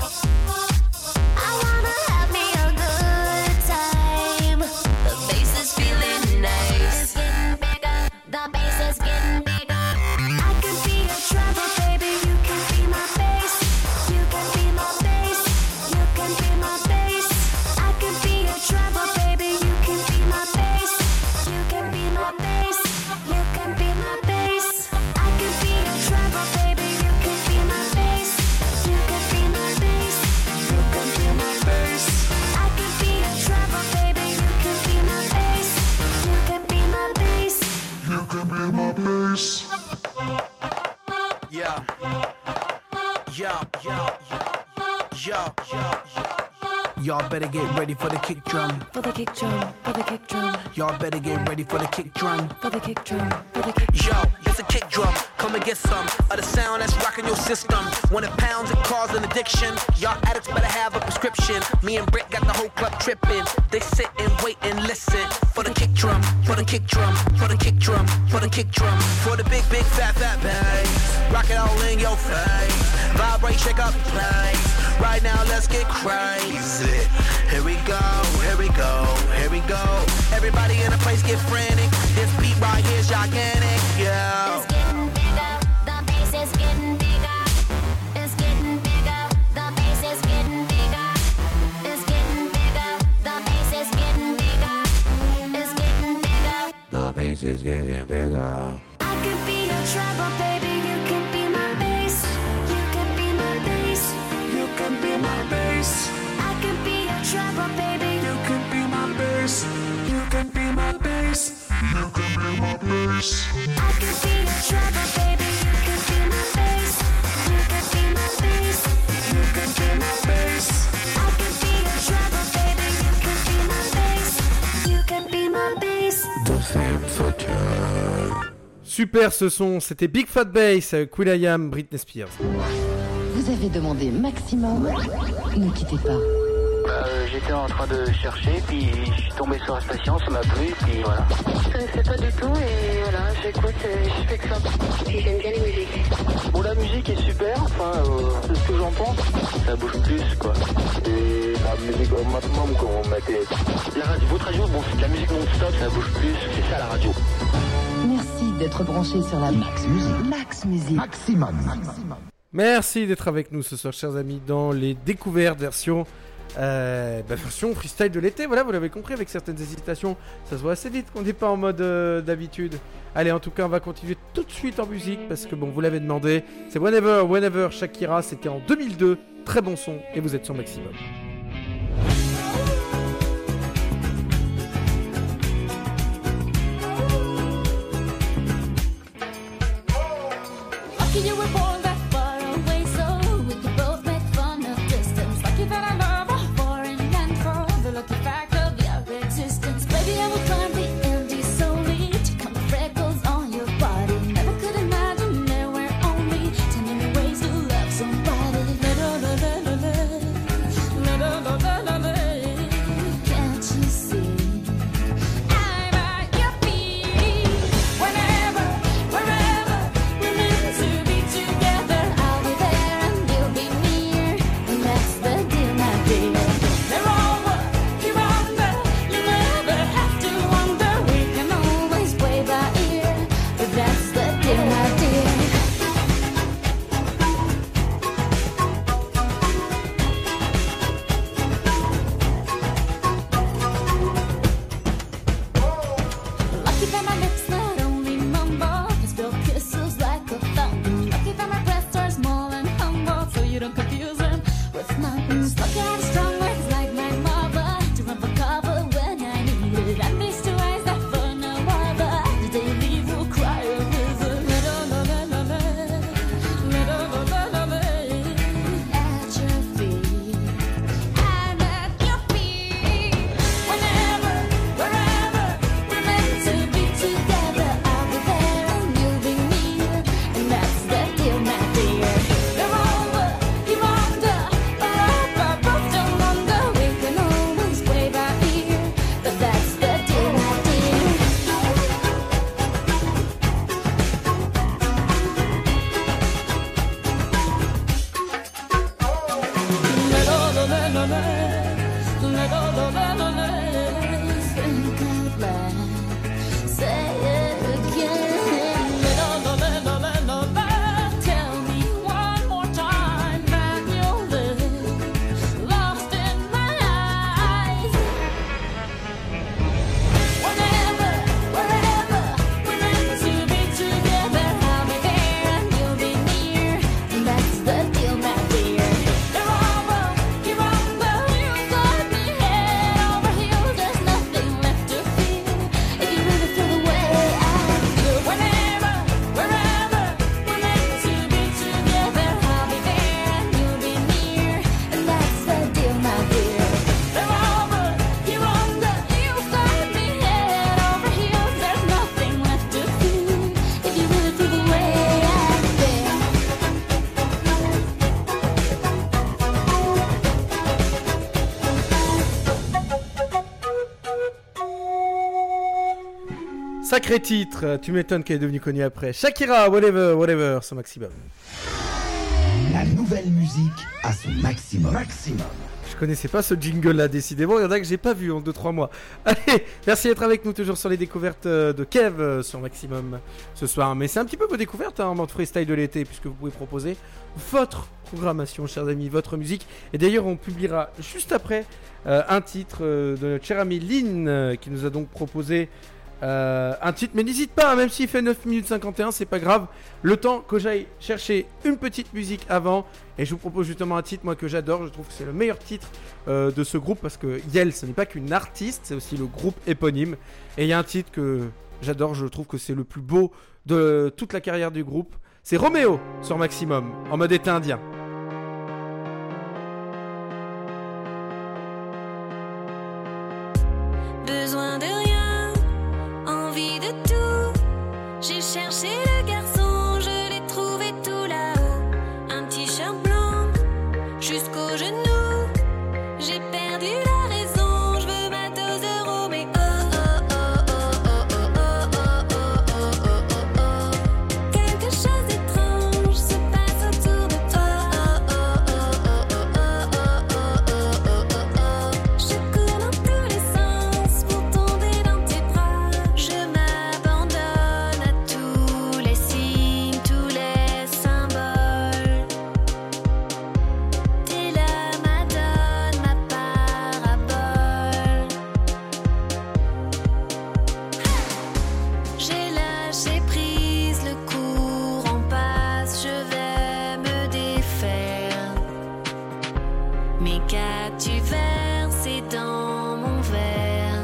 I wanna have me a good time. The bass is feeling nice. It's getting bigger, the bass is getting bigger. I can be a trouble, baby. You can be my bass. You can be my bass. You can be my bass. I can be a trouble, baby. You can be my bass. You can be my bass. You can be my bass. I can be a trouble, baby. You can be my bass. You can be my bass. You can be my bass. I can be a trouble, baby. You can be my bass. You can be my bass. You can be my bass. Yeah. Yeah, yeah, yeah, yeah, yeah. Y'all better get ready for the kick drum. For the kick drum, for the kick drum, Y'all better get ready for the kick drum. for the kick drum, for the kick Yo, it's a kick drum. Come and get some of the sound that's rocking your system. When it pounds, it causes an addiction. Y'all addicts better have a prescription. Me and Britt got the whole club tripping. They sit and wait and listen for the kick drum, for the kick drum, for the kick drum, for the kick drum, for the big, big, fat, fat bass. Rock it all in your face. Vibrate, shake up the place. Right now, let's get crazy. Here we go, here we go, here we go. Everybody in the place get frantic. This beat right here's gigantic, yeah. It's getting bigger, the bass is getting bigger. It's getting bigger, the bass is getting bigger. It's getting bigger, the bass is getting bigger. It's getting bigger. The bass is getting bigger. I can be your trouble, baby. You can be my bass. You can be my bass. You can be my bass. I can be your trouble, baby. You can be my bass. You can be my bass. You can be my bass. I can be your trouble, baby. You can be my bass. You can be my bass. You can be my bass. I can be your trouble, baby. You can be my bass. You can be my bass. The same future. Super ce son, c'était Big Fat Bass avec will.i.am, Britney Spears. Vous avez demandé maximum. Ne quittez pas. Bah, euh, j'étais en train de chercher, puis je suis tombé sur la station, ça m'a plu, puis voilà. Je connaissais pas du tout et voilà, j'écoute, et je fais que ça. Puis j'aime bien les musiques. Bon, la musique est super, enfin, euh, c'est ce que j'en pense. Ça bouge plus, quoi. Et la musique au maximum, quand on mettait... La radio, votre radio, bon, c'est de la musique non-stop, ça bouge plus, c'est ça la radio. Merci d'être branché sur la Max Musique. Max Musique. Maximum. Merci d'être avec nous ce soir, chers amis, dans les découvertes version, euh, bah, version freestyle de l'été. Voilà, vous l'avez compris, avec certaines hésitations, ça se voit assez vite qu'on n'est pas en mode euh, d'habitude. Allez, en tout cas, on va continuer tout de suite en musique parce que bon, vous l'avez demandé. C'est Whenever, Whenever, Shakira. C'était en deux mille deux. Très bon son et vous êtes sur Maximum. You were born that far away, so we could both make fun of distance. Like you that I love a foreign land for the lucky fact of your existence. Baby, I will climb the Andes solely to count the freckles on your body. Never could imagine there were only ten million ways to love somebody. La, la, la, la, la, la. La, Sacré titre, tu m'étonnes qu'elle est devenue connue après. Shakira, whatever, whatever, son maximum. La nouvelle musique à son maximum. Maximum. Je connaissais pas ce jingle là, décidément, il y en a que j'ai pas vu en deux trois mois. Allez, merci d'être avec nous toujours sur les découvertes de Kev sur Maximum ce soir. Mais c'est un petit peu vos découvertes hein, en mode freestyle de l'été, puisque vous pouvez proposer votre programmation, chers amis, votre musique. Et d'ailleurs, on publiera juste après euh, un titre euh, de notre chère amie Lynn euh, qui nous a donc proposé Euh, un titre, mais n'hésite pas, hein, même s'il fait neuf minutes cinquante et un, c'est pas grave. Le temps que j'aille chercher une petite musique avant, et je vous propose justement un titre, moi que j'adore, je trouve que c'est le meilleur titre euh, de ce groupe, parce que Yel, ce n'est pas qu'une artiste, c'est aussi le groupe éponyme. Et il y a un titre que j'adore, je trouve que c'est le plus beau de toute la carrière du groupe. C'est Roméo sur Maximum, en mode été indien. Besoin de rien, envie de tout. J'ai cherché le garçon, je l'ai trouvé tout là-haut. Un t-shirt blanc jusqu'aux genoux. J'ai perdu la raison, je veux ma dose de Roméo. Oh oh oh oh oh oh oh oh oh oh oh oh. Quelque chose d'étrange se passe autour de toi. Oh oh oh oh oh oh oh oh oh oh oh. Je cours dans tous les sens pour tomber dans tes bras. Je m'abandonne à tous les signes, tous les symboles. T'es la madone, ma parabole. J'ai lâché prise, le courant passe, je vais me défaire. Mais qu'as-tu versé dans mon verre?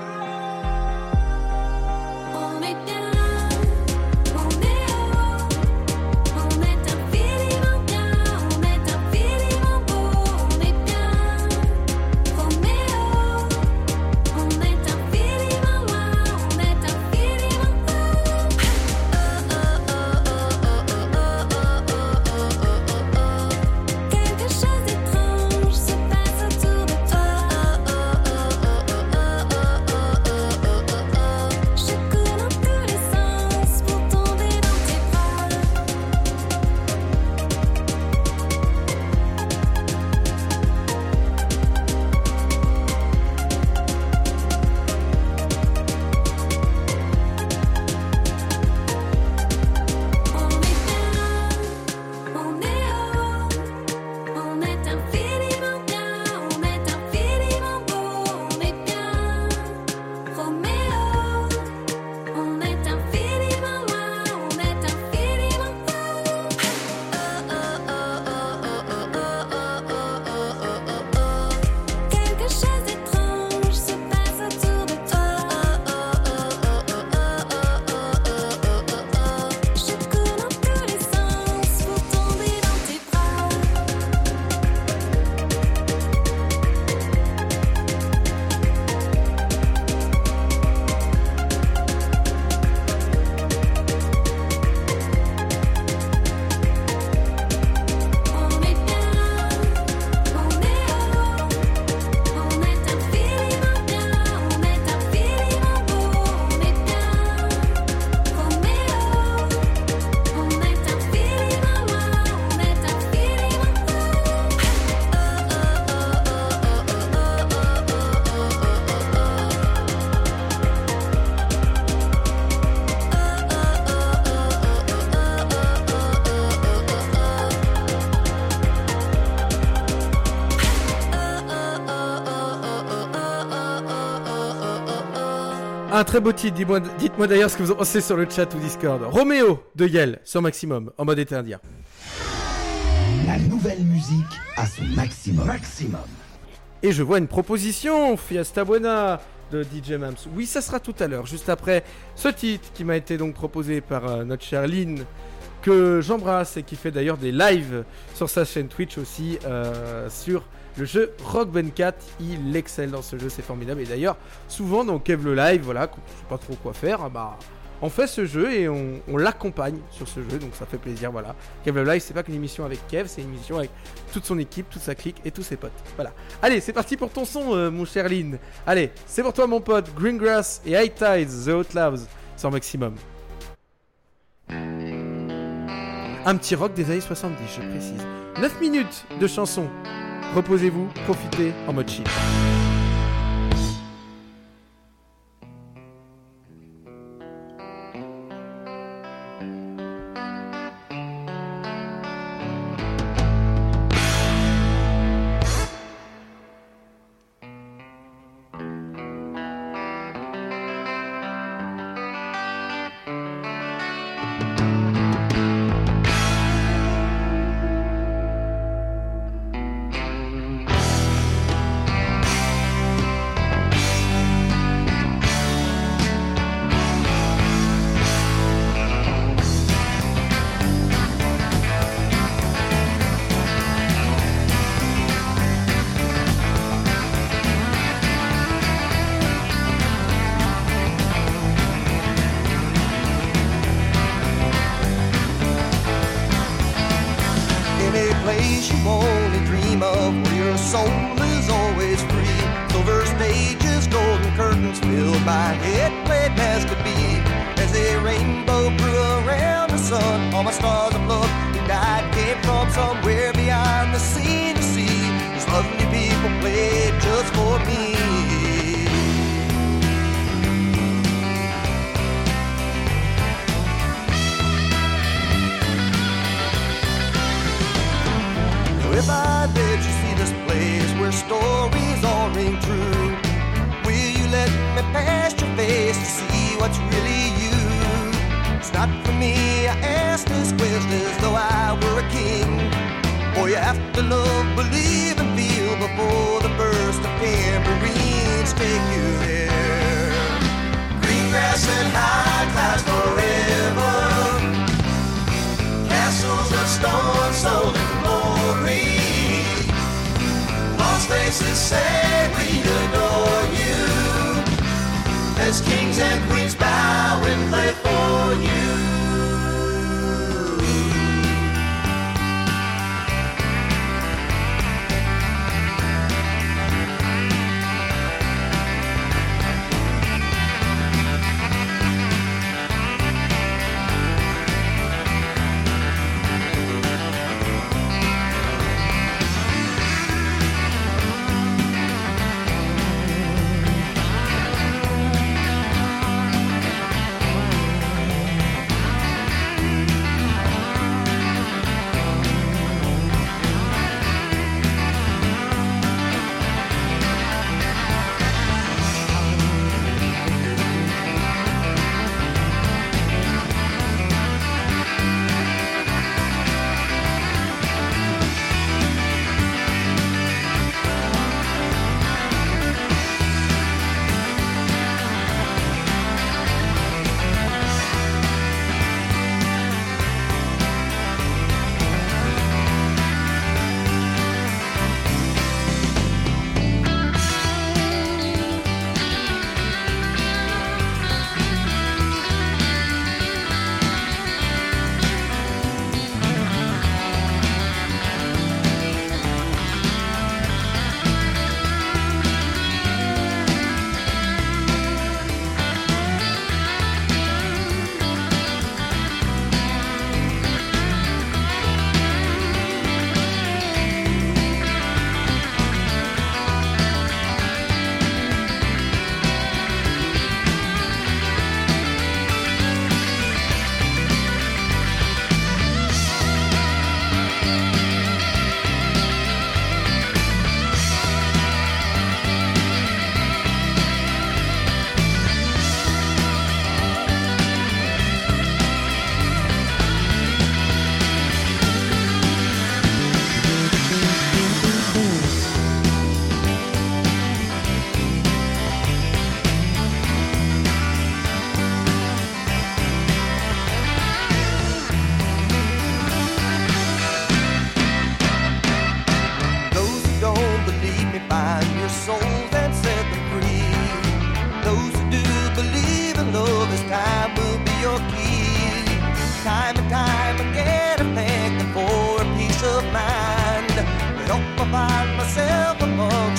On est bien, on est haut, on est infiniment bien, on est infiniment beau, on est bien, Roméo, on est infiniment loin, on est infiniment beau. Oh oh oh oh oh oh oh oh oh oh oh. Quelque chose d'étrange se passe autour de toi. Oh oh oh oh oh oh oh oh oh oh. Je cours dans tous les sens pour tomber dans tes bras. On est bien, on est haut, on est infiniment bien, on est infiniment beau, on est bien, Roméo, on est infiniment loin, on est infiniment beau. Oh oh oh oh oh oh oh oh oh oh oh. Quelque chose d'étrange se passe autour de toi. Oh oh oh oh oh oh oh oh oh oh. Je cours dans tous les sens pour tomber dans tes bras. On est bien, on est haut, on est infiniment bien, on est infiniment beau, on est bien, Roméo, on est infiniment loin, on est infiniment beau. Oh oh oh oh oh oh Un très beau titre, dis-moi- dites-moi d'ailleurs ce que vous en pensez sur le chat ou Discord. Roméo de Yel sur Maximum, en mode été indien. La nouvelle musique à son maximum. Maximum. Et je vois une proposition, Fiesta Buena de D J Mams. Oui, ça sera tout à l'heure, juste après ce titre qui m'a été donc proposé par euh, notre chère Lynn, que j'embrasse et qui fait d'ailleurs des lives sur sa chaîne Twitch aussi, euh, sur le jeu Rock vingt-quatre. Il excelle dans ce jeu, c'est formidable. Et d'ailleurs, souvent dans Kev le Live, voilà, quand on ne sait pas trop quoi faire, bah, on fait ce jeu et on, on l'accompagne sur ce jeu, donc ça fait plaisir, voilà. Kev le Live, c'est pas qu'une émission avec Kev, c'est une émission avec toute son équipe, toute sa clique et tous ses potes. Voilà. Allez, c'est parti pour ton son, euh, mon cher Lynn. Allez, c'est pour toi, mon pote. Greengrass et High Tides, The Outlaws sans maximum. Un petit rock des années soixante-dix, je précise. neuf minutes de chanson. Reposez-vous, profitez en mode chill.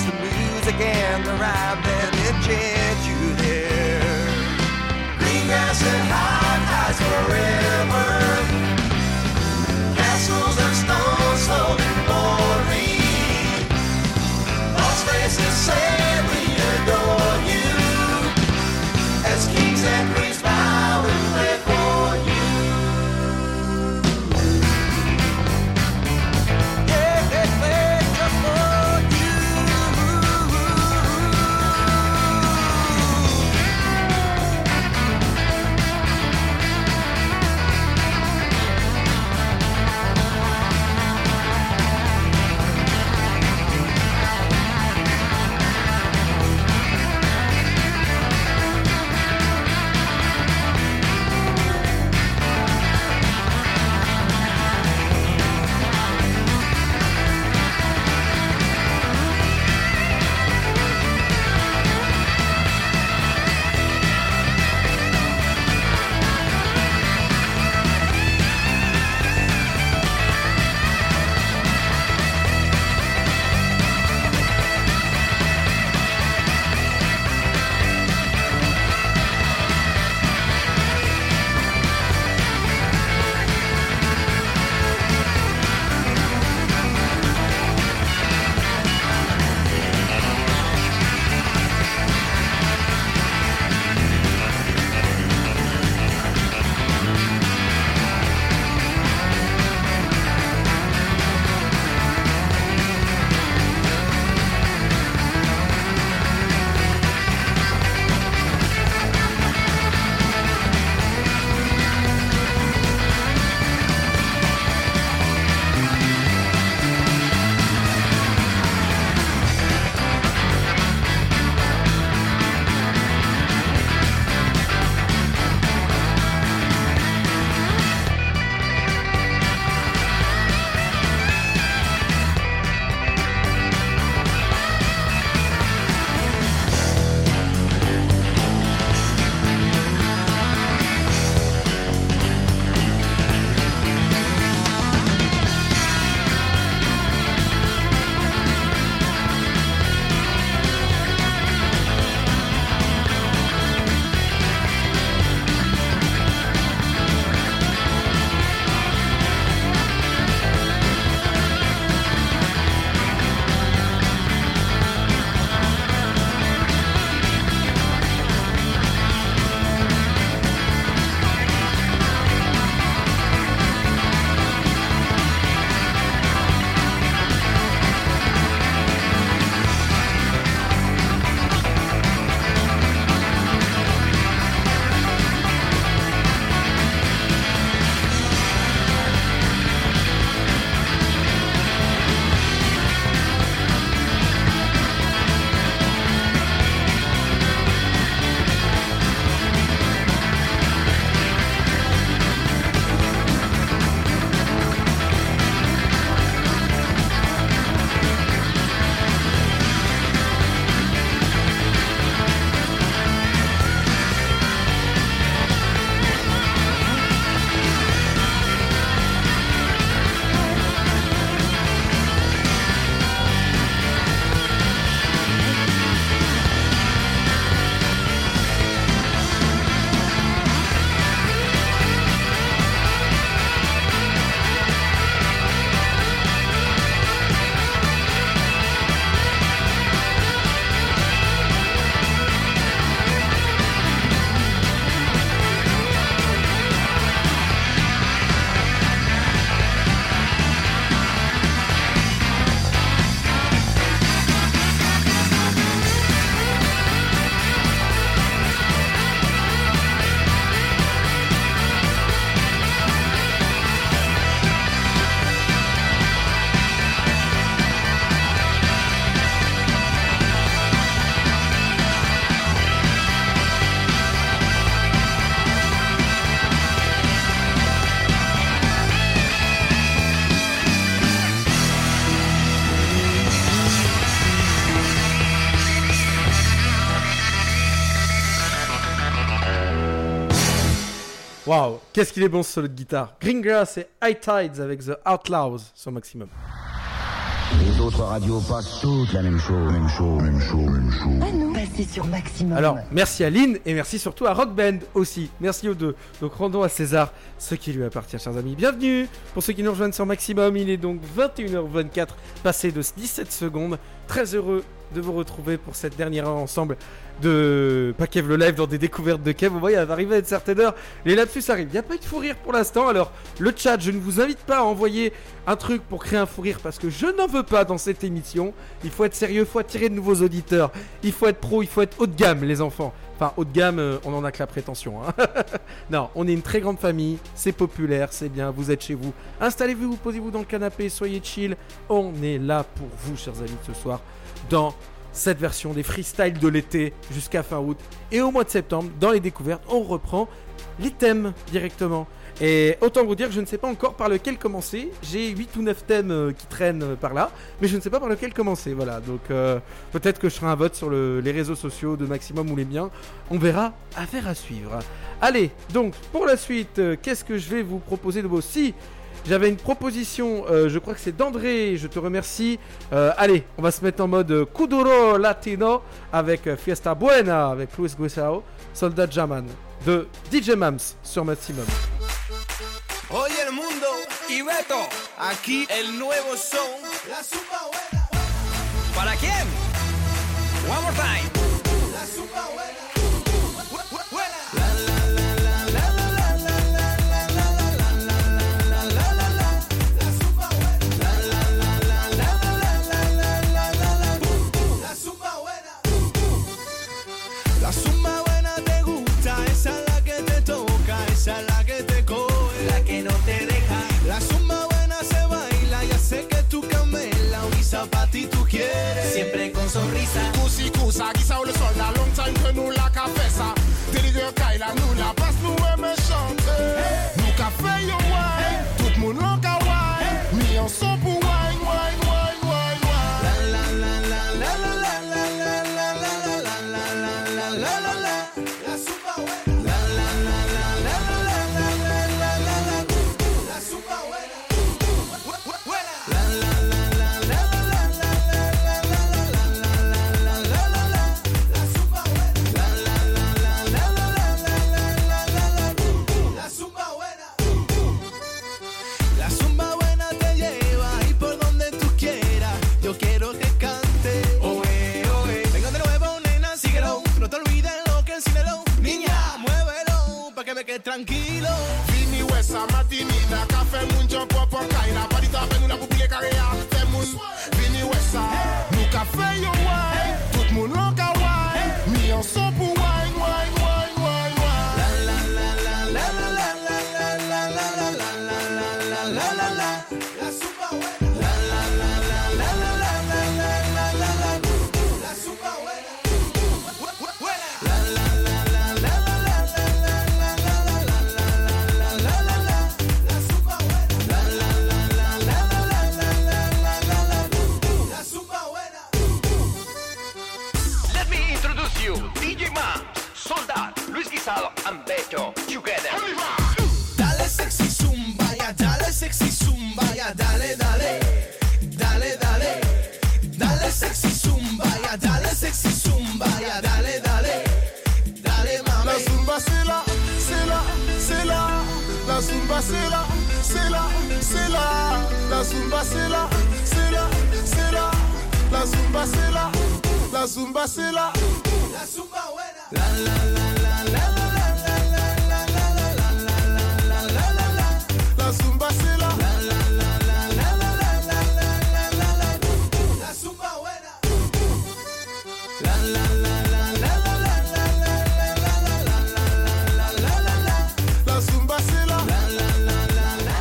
music and the rhyme that enchant you there. Green grass lasted high tides forever. Castles and stones slowly pouring. Lost faces say we adore you. As kings and queens bow and play for you. Yeah, they play just for you. Waouh, qu'est-ce qu'il est bon ce solo de guitare. Greengrass et High Tides avec The Outlaws sur Maximum. Les autres radios passent toutes la même chose, même chose, même chose, même chose. Ah non, passez sur Maximum. Alors, merci à Lynn et merci surtout à Rock Band aussi. Merci aux deux. Donc, rendons à César ce qui lui appartient, chers amis. Bienvenue pour ceux qui nous rejoignent sur Maximum. Il est donc vingt et une heures vingt-quatre, passé de dix-sept secondes. Très heureux de vous retrouver pour cette dernière heure ensemble de pas Kev le live dans des découvertes de Kev. Vous voyez, elle va arriver à une certaine heure, les lapsus arrivent. Il n'y a pas eu de fou rire pour l'instant. Alors, le chat, je ne vous invite pas à envoyer un truc pour créer un fou rire parce que je n'en veux pas dans cette émission. Il faut être sérieux, il faut attirer de nouveaux auditeurs. Il faut être pro, il faut être haut de gamme, les enfants. Enfin, haut de gamme, euh, on en a que la prétention. Hein. Non, on est une très grande famille, c'est populaire, c'est bien, vous êtes chez vous. Installez-vous, posez-vous dans le canapé, soyez chill. On est là pour vous, chers amis, ce soir, dans cette version des freestyles de l'été jusqu'à fin août. Et au mois de septembre, dans les découvertes, on reprend les thèmes directement. Et autant vous dire que je ne sais pas encore par lequel commencer. J'ai huit ou neuf thèmes euh, qui traînent euh, par là, mais je ne sais pas par lequel commencer. Voilà, donc euh, peut-être que je ferai un vote sur le, les réseaux sociaux de Maximum ou les miens. On verra, affaire à suivre. Allez, donc pour la suite, euh, qu'est-ce que je vais vous proposer de beau? Si j'avais une proposition, euh, je crois que c'est d'André, je te remercie. Euh, allez, on va se mettre en mode euh, Kuduro Latino avec euh, Fiesta Buena, avec Luis Guisao, Soldat Jaman de D J Mams sur Maximum. Oye el mundo y Beto, aquí el nuevo son, la zumba buena. ¿Para quién? One more time. La zumba buena. La zumba buena te gusta, esa es la que te toca, esa es la que te coge, la que no te deja. La zumba buena se baila, ya sé que tú camela, Uisa pa' ti tú quieres, siempre con sonrisa. Kusi kusa, gisa ou le soldat, long time que nous la ka fè sa. Délire Kaila, nous la passe, nous aime chanter. Nous ka fè yo wine, tout moun l'on ka wine. Mi an son pou wine, wine, wine, wine, wine. La la la la la la la la la la la la la la la la la. La zumba buena. La la la la la la la la la la la. La zumba buena. La la la la la la la la la la la la la la. La zumba buena. La la la la la la la la la la. La zumba buena. La zumba buena te lleva y por donde tú quieras. Yo quiero que cante. Oe, oe. Vengo de nuevo, nena, síguelo. No te olvides lo que enséñalo. Niña, muévelo pa' que me quede tranquilo. Vini Wessa, Martinina, café moun jump up on Kaila. Parita pen una poupile carrière, fè moun. Vini Wessa, nou ka fè yo wine, tout moun l'on ka wine. Mi an son pou wine, wine, wine, wine, wine. La la la la la la la la la la la la la la la la la. La zumba buena. La la la la la la la la la la la la. La zumba buena. La la la la la la la la la la la la la la la la. La zumba buena. La la la la la la la la la la la. La zumba buena. Let me introduce you, D J Mams, Soldat, Luis Guisado, and Beto, together. Dale sexy zumba, ya dale sexy zumba, ya dale, dale, dale, dale, dale sexy zumba, ya dale sexy zumba, ya dale, dale, dale mami. La zumba c'est là, c'est là, c'est là. La zumba c'est là, c'est là, c'est là. La zumba c'est là, c'est là, c'est là. La zumba c'est là, la zumba c'est là. La zumba buena. La la la la la la la la la la la la la la la. La zumba c'est là. La la la la la la la la la la la. La zumba buena. La la la la la la la la la la la la la la la. La zumba c'est là. La la la la la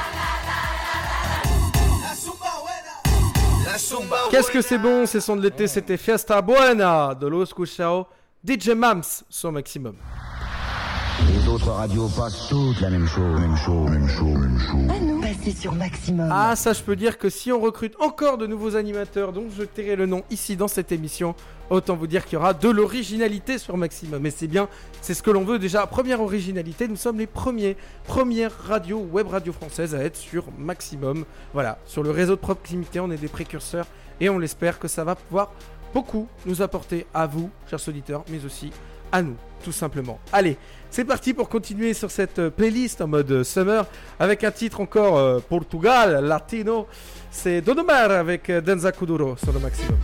la zumba buena. La zumba buena. Qu'est-ce que c'est bon, ces sons de l'été, c'était Fiesta Buena de Los Cuchao, D J Mams sur Maximum. Les autres radios passent toutes la même chose, même chose, même chose, même chose. À nous, passez sur Maximum. Ah, ça, je peux dire que si on recrute encore de nouveaux animateurs, dont je tairai le nom ici dans cette émission, autant vous dire qu'il y aura de l'originalité sur Maximum. Et c'est bien, c'est ce que l'on veut déjà. Première originalité, nous sommes les premiers, premières radios, web radio françaises à être sur Maximum. Voilà, sur le réseau de proximité, on est des précurseurs et on l'espère que ça va pouvoir beaucoup nous apporter à vous, chers auditeurs, mais aussi à nous, tout simplement. Allez, c'est parti pour continuer sur cette playlist en mode summer avec un titre encore euh, Portugal, latino. C'est Don Omar avec euh, Danza Kuduro sur le Maximum.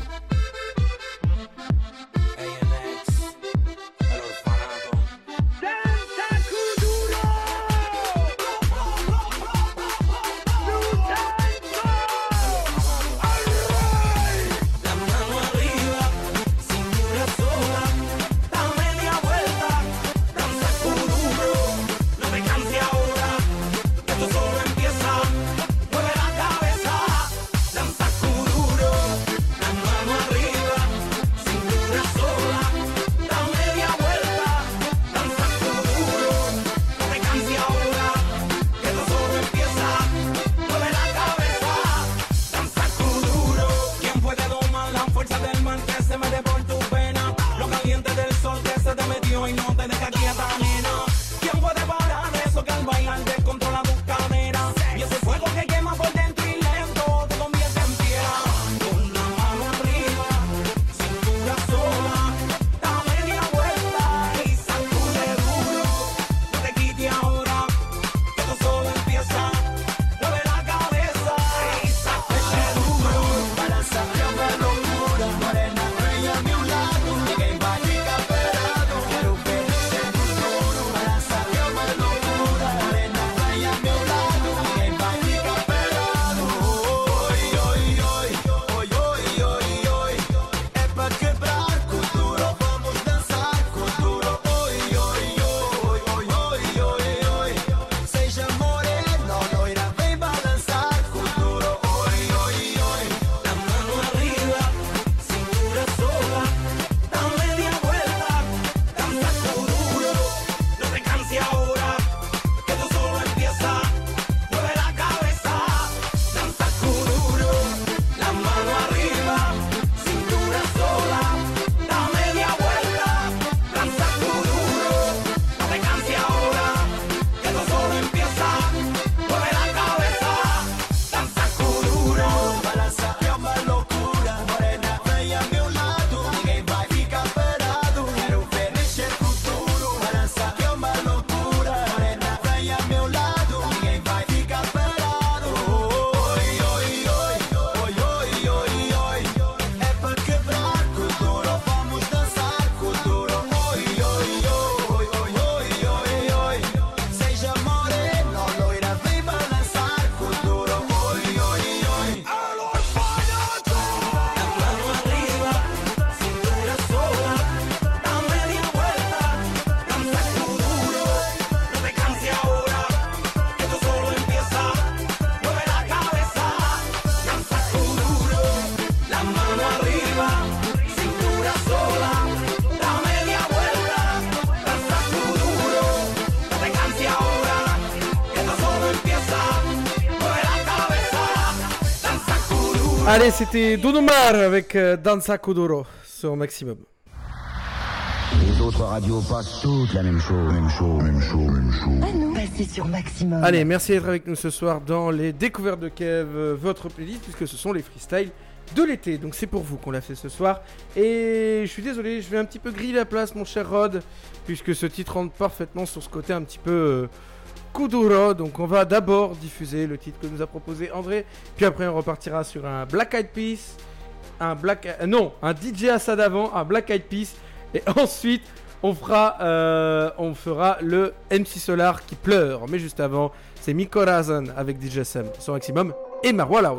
Allez, c'était Don Omar avec euh, Danza Kuduro sur Maximum. Les autres radios passent toutes la même chose, même chose, même chose, même chose. À nous, passez sur Maximum. Allez, merci d'être avec nous ce soir dans les découvertes de Kev, euh, votre playlist, puisque ce sont les freestyles de l'été. Donc c'est pour vous qu'on l'a fait ce soir. Et je suis désolé, je vais un petit peu griller la place, mon cher Rod, puisque ce titre rentre parfaitement sur ce côté un petit peu euh, Kuduro. Donc on va d'abord diffuser le titre que nous a proposé André, puis après on repartira sur un Black Eyed Peas, un Black, euh, non, un D J Assad avant, un Black Eyed Peas, et ensuite on fera, euh, on fera le M C Solar qui pleure. Mais juste avant, c'est Mi Corazon avec D J Sam sur Maximum et Marwa Loud.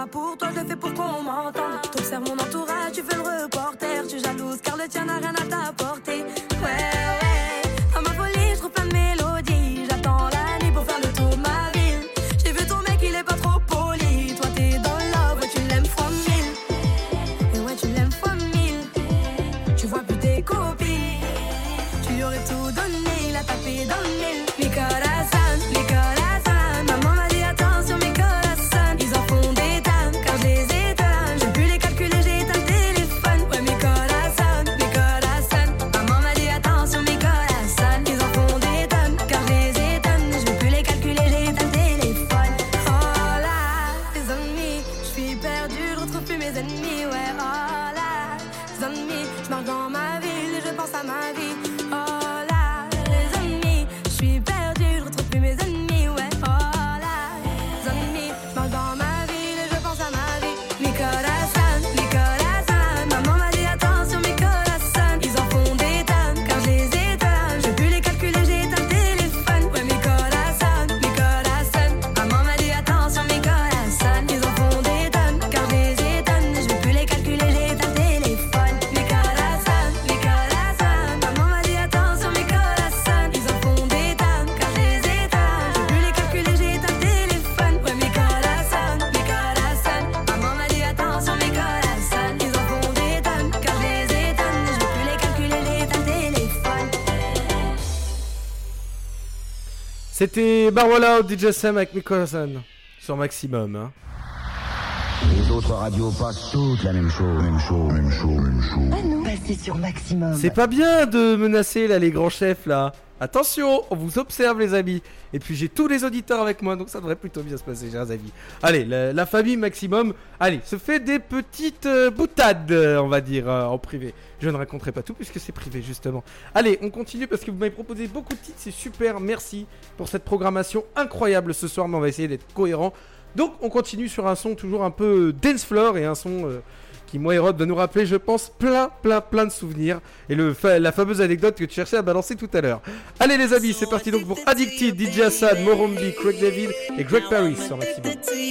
pas pour toi, je le fais pour qu'on m'entende. T'observes mon entourage, tu fais le reporter. Tu es jalouse car le tien n'a rien à t'apporter. Ouais, ouais, dans ma folie, je trouve plein de mélodies. J'attends la nuit pour faire le tour de ma ville. J'ai vu ton mec, il est pas trop poli. Toi, t'es dans le love, ouais, tu l'aimes fois mille. Et ouais, tu l'aimes fois mille. Tu vois plus tes copines. Tu lui aurais tout donné, il a tapé dans le mille. Mi corazón, mi corazón. Maman m'a dit attention, mi corazón. Ils en font des tonnes, car je les étonne. J'ai pu les calculer, j'ai éteint le téléphone. Ouais, mi corazón, mi corazón. Maman m'a dit attention, mi corazón. Ils en font des tonnes, car je les étonne. Je vais plus les calculer, j'ai éteint le téléphone. Oh là, les ennemis, je suis perdu, je retrouve plus mes ennemis. Ouais, oh là, les ennemis, je marche dans ma ville et je pense à ma vie. Oh là, les ennemis, je suis perdu, je retrouve plus mes ennemis. Ouais, oh là, les ennemis, je marche dans ma ville et je pense à ma vie. Mi corazón, mi corazón. Maman m'a dit attention, mi corazón. Ils en font des tonnes, car je les étonne. J'ai pu les calculer, j'ai éteint le téléphone. Ouais, mi corazón, mi corazón. Maman m'a dit attention, mi corazón. Ils en font des tonnes, car je les étonne. Je vais plus les calculer, j'ai éteint le téléphone. Mi corazón, mi corazón. Maman m'a dit attention, mi corazón. Ils en font des tonnes, car je les étonne. Je vais plus les calculer, j'ai éteint le téléphone. Ouais, mi corazón, mi corazón. Maman m'a dit attention, mi corazón. Ils en font des tonnes, car je les étonne. Je vais plus les calculer, j'ai éteint le téléphone. C'était Barwala D J Sam avec Mikosan sur Maximum. Hein. Les autres radios passent toutes la même chose, même chose, même chose, même chose. À nous, passer sur Maximum. C'est pas bien de menacer là les grands chefs là. Attention, on vous observe les amis. Et puis j'ai tous les auditeurs avec moi, donc ça devrait plutôt bien se passer, chers amis. Allez, la, la famille Maximum, allez, se fait des petites euh, boutades, euh, on va dire, euh, en privé. Je ne raconterai pas tout puisque c'est privé justement. Allez, on continue parce que vous m'avez proposé beaucoup de titres, c'est super, merci pour cette programmation incroyable ce soir, mais on va essayer d'être cohérent. Donc on continue sur un son toujours un peu dance floor et un son euh, qui, moi, Hérode, va nous rappeler, je pense, plein, plein, plein de souvenirs. Et le fa- la fameuse anecdote que tu cherchais à balancer tout à l'heure. Allez les amis, c'est parti donc pour Addicted, D J Assad, Morombi, Craig David et Greg Paris sur Maximum.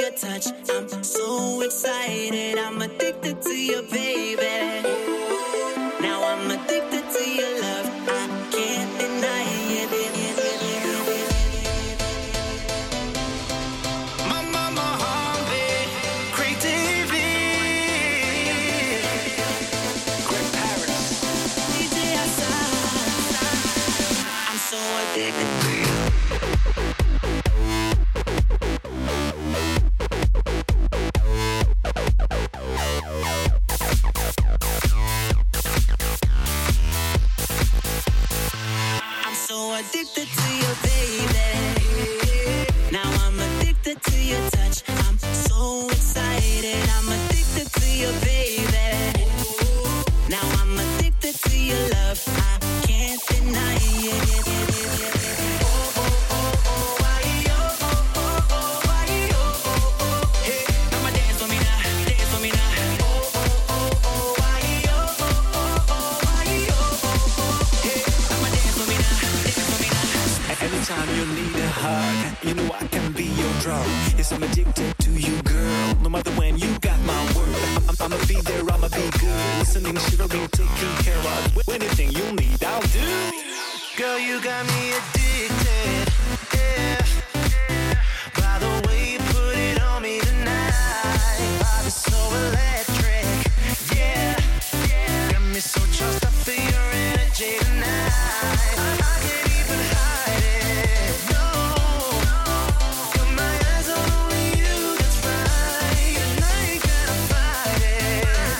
Addicted to you, baby. Now I'm addicted to your touch. I'm so excited. I'm addicted to you, baby. Now I'm addicted to your love. I can't deny it. Oh, oh, oh, oh, why, oh, oh, oh, oh, why, oh, oh, oh. Hey, come on, dance for me now, dance for me now. Oh, oh, oh, oh, why, oh, oh, oh, oh, why, oh, oh, oh. Hey, come on, dance for me now. Anytime you need a hug, you know I can be your drug. Yes, I'm addicted to you, girl. No matter when, you got my word. I'm, I'ma be there, I'ma be good. Listening, shivering, taking care of. Anything you need, I'll do. Girl, you got me addicted, yeah. By the way you put it on me tonight. Vibe is so electric, yeah. Got me so charged up for your energy tonight. I, I can't even hide it, no. Got my eyes on only you, that's right. And I ain't gonna fight it.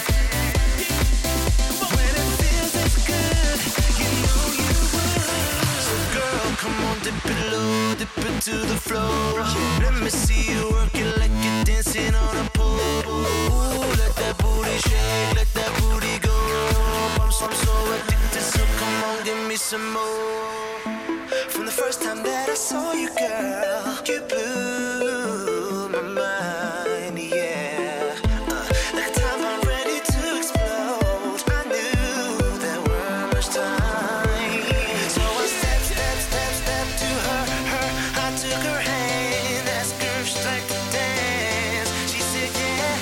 When it feels this good, you know you would. So girl, come on, dip it low, dip it to the floor. Let me see you work it like you're dancing on a pole. Ooh, let that booty shake, let that booty go. I'm so, I'm so addicted, so come on, give me some more. From the first time that I saw you, girl, you blew my mind, yeah. Uh, that time I'm ready to explode. I knew there weren't much time. So I step, step, step, step to her, her. I took her hand, asked her if she'd like to dance. She said, yeah.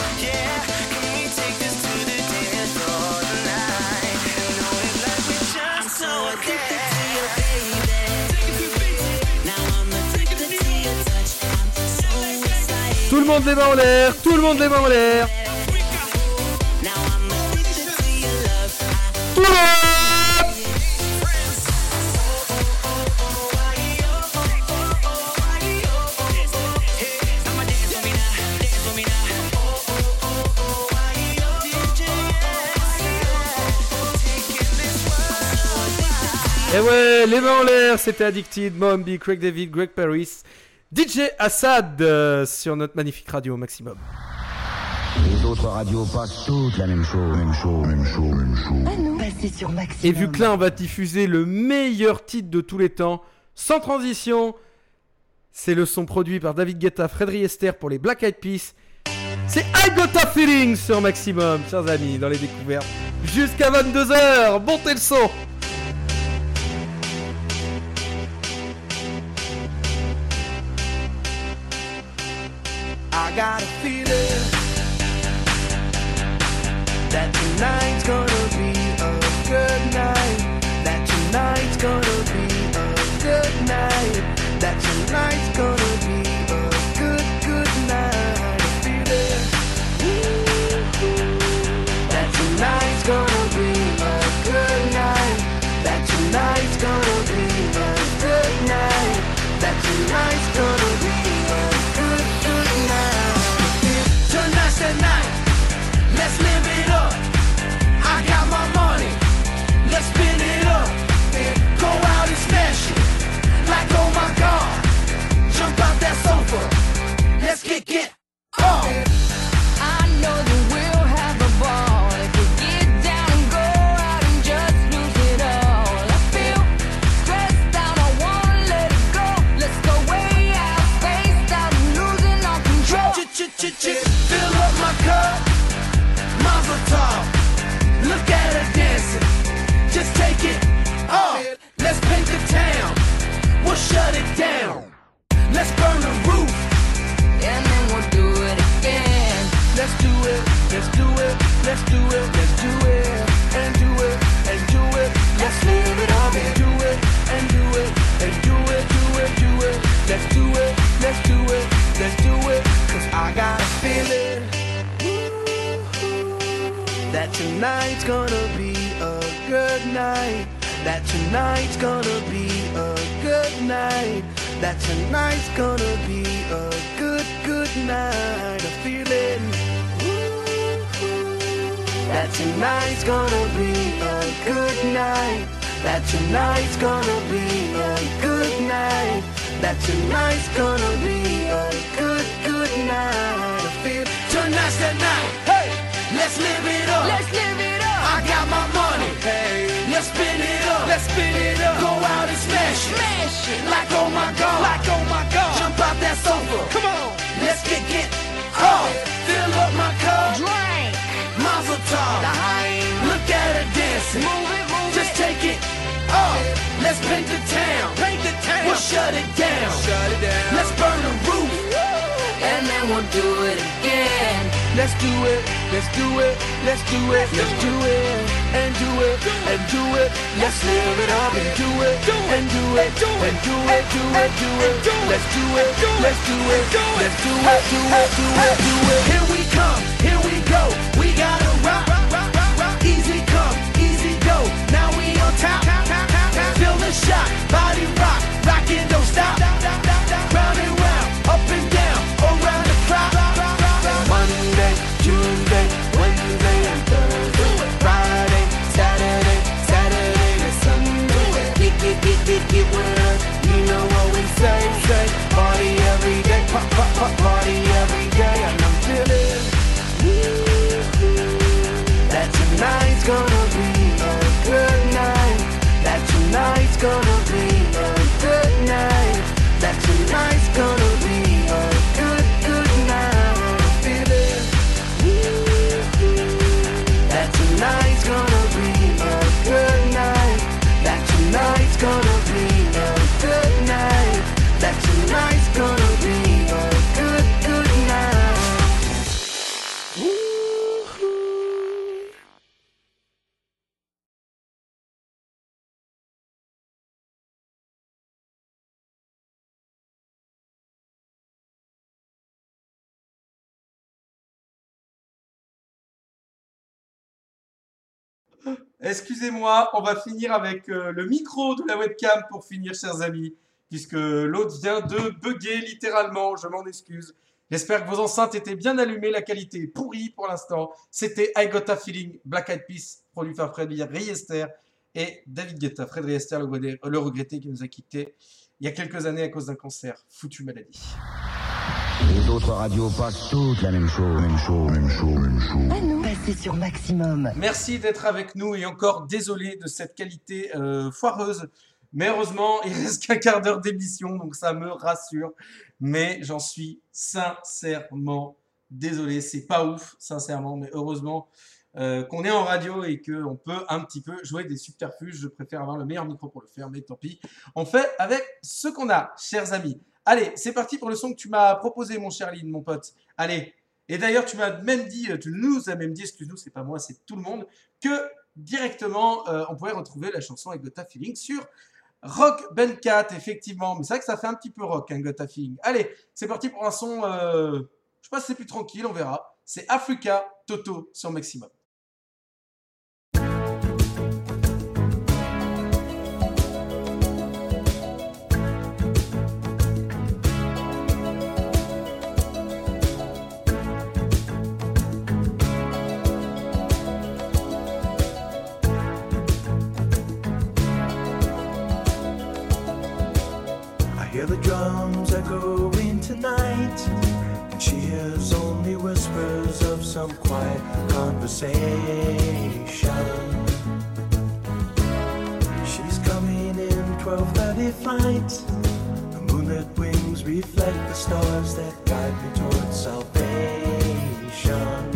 Tout le monde les mains en l'air, tout le monde les mains en l'air. Tout le monde. Et ouais, les mains en l'air, c'était Addicted, Mombi, Craig David, Greg Paris, D J Assad euh, sur notre magnifique radio Maximum. Les autres radios passent toutes la même chose, même chose, même chose, même chose. Ah non, passez sur Maximum. Et vu que là on va diffuser le meilleur titre de tous les temps, sans transition, c'est le son produit par David Guetta, Freddy Esther pour les Black Eyed Peas. C'est I Got a Feeling sur Maximum, chers amis, dans les découvertes. Jusqu'à vingt-deux heures, montez le son. I got a feeling that tonight's gonna be a good night. That tonight's gonna be a good night. That tonight's gonna be a good, good night. A feeling that tonight's gonna be a good night. That tonight's gonna be a good night. That tonight's gonna be a good, good night. Tonight's the night, let's live it up. I got my money, let's spin it up. Go out and smash it, like oh my god. Jump out that sofa, let's get get up. I know that we'll have a ball if we get down and go out and just lose it all. I feel stressed out, I wanna let it go. Let's go way out, spaced out and losing all control. Fill up my cup, Mazel tov. Look at her dancing, just take it off. Let's paint the town, we'll shut it down. Let's burn the roof, and then we'll do it again. Let's do it, let's do it, let's do it, let's do it, and do it, and do it. Let's live it up and do it, and do it, and do it, do it, do it. Let's do it, let's do it, let's do it. Cause I got a feeling that tonight's gonna be a good night. That tonight's gonna be a good night. That tonight's gonna be a good, good night. A feeling that tonight's gonna be a good night. That tonight's gonna be a good night. That tonight's gonna be a good, good night. I feel tonight's the night. Hey, let's live it up. Let's live it up. I got my money. Hey, let's spin it up. Let's spin it up. Go out and smash it. Smash it. Like oh my god. Like oh my god. Jump out that sofa. Come on. Let's get get up. Fill up my cup. Drink. Mazel tov. Look at her dancing. Move it, move Just it. take it up. Let's paint the town. Paint the town. We'll shut it down. Shut it down. Let's burn the roof. And then we'll do it again. Let's do it, let's do it, let's do it, let's do it, and do it, and do it. Let's live it up and do it, and do it, and do it, do it, do it. Let's do it, let's do it, let's do it, do it, do it, do it. Here we come, here we go. We gotta rock, easy come, easy go. Now we on top, feel the shot, body rock, rockin' don't stop. Round and round, up and down, around the clock. Monday, Tuesday, Wednesday, and Thursday, Friday, Saturday, Saturday to Sunday. Get, get, get, get, get with us. You know what we say, say. Party every day, pop, pop, pop, party every day. And I'm feeling that tonight's gonna be a good night. That tonight's gonna be a good night. Excusez-moi, on va finir avec euh, le micro de la webcam pour finir, chers amis, puisque l'autre vient de bugger littéralement, je m'en excuse. J'espère que vos enceintes étaient bien allumées, la qualité est pourrie pour l'instant. C'était I Got a Feeling, Black Eyed Peas, produit par Fred Riester et David Guetta. Fred Riester, le, regretté, le regretté qui nous a quittés il y a quelques années à cause d'un cancer, foutue maladie. Les autres radios passent toutes la même chose, même chose, même chose, même chose. À nous, passez sur Maximum. Merci d'être avec nous et encore désolé de cette qualité euh, foireuse. Mais heureusement, il reste qu'un quart d'heure d'émission, donc ça me rassure. Mais j'en suis sincèrement désolé. C'est pas ouf, sincèrement, mais heureusement euh, qu'on est en radio et qu'on peut un petit peu jouer des subterfuges. Je préfère avoir le meilleur micro pour le faire, mais tant pis. On fait avec ce qu'on a, chers amis. Allez, c'est parti pour le son que tu m'as proposé, mon cher Lynn, mon pote. Allez. Et d'ailleurs, tu m'as même dit, tu nous as même dit, excuse-nous, c'est pas moi, c'est tout le monde, que directement, euh, on pourrait retrouver la chanson I Got a Feeling sur Rock Band quatre, effectivement. Mais c'est vrai que ça fait un petit peu rock, hein, Got a Feeling. Allez, c'est parti pour un son, euh, je sais pas si c'est plus tranquille, on verra. C'est Africa, Toto, sur Maximum. Hear the drums echoing tonight, and she hears only whispers of some quiet conversation. She's coming in twelve thirty flight. The moonlit wings reflect the stars that guide me towards salvation.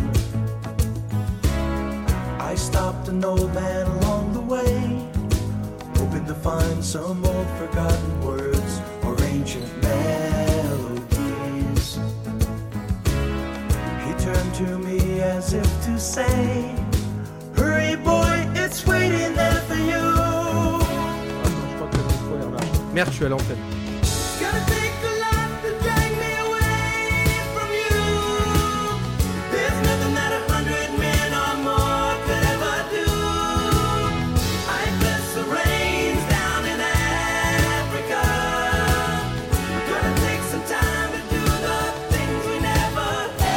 I stopped an old man along the way, hoping to find some old forgotten words or ancient melodies. He turned to me as if to say, hurry boy, it's waiting there for you. Merde, je suis à l'antenne. Gonna take a lot to drag me away from you. There's nothing that a hundred men or more could ever do. I bless the rains down in Africa. We're gonna take some time to do the things we never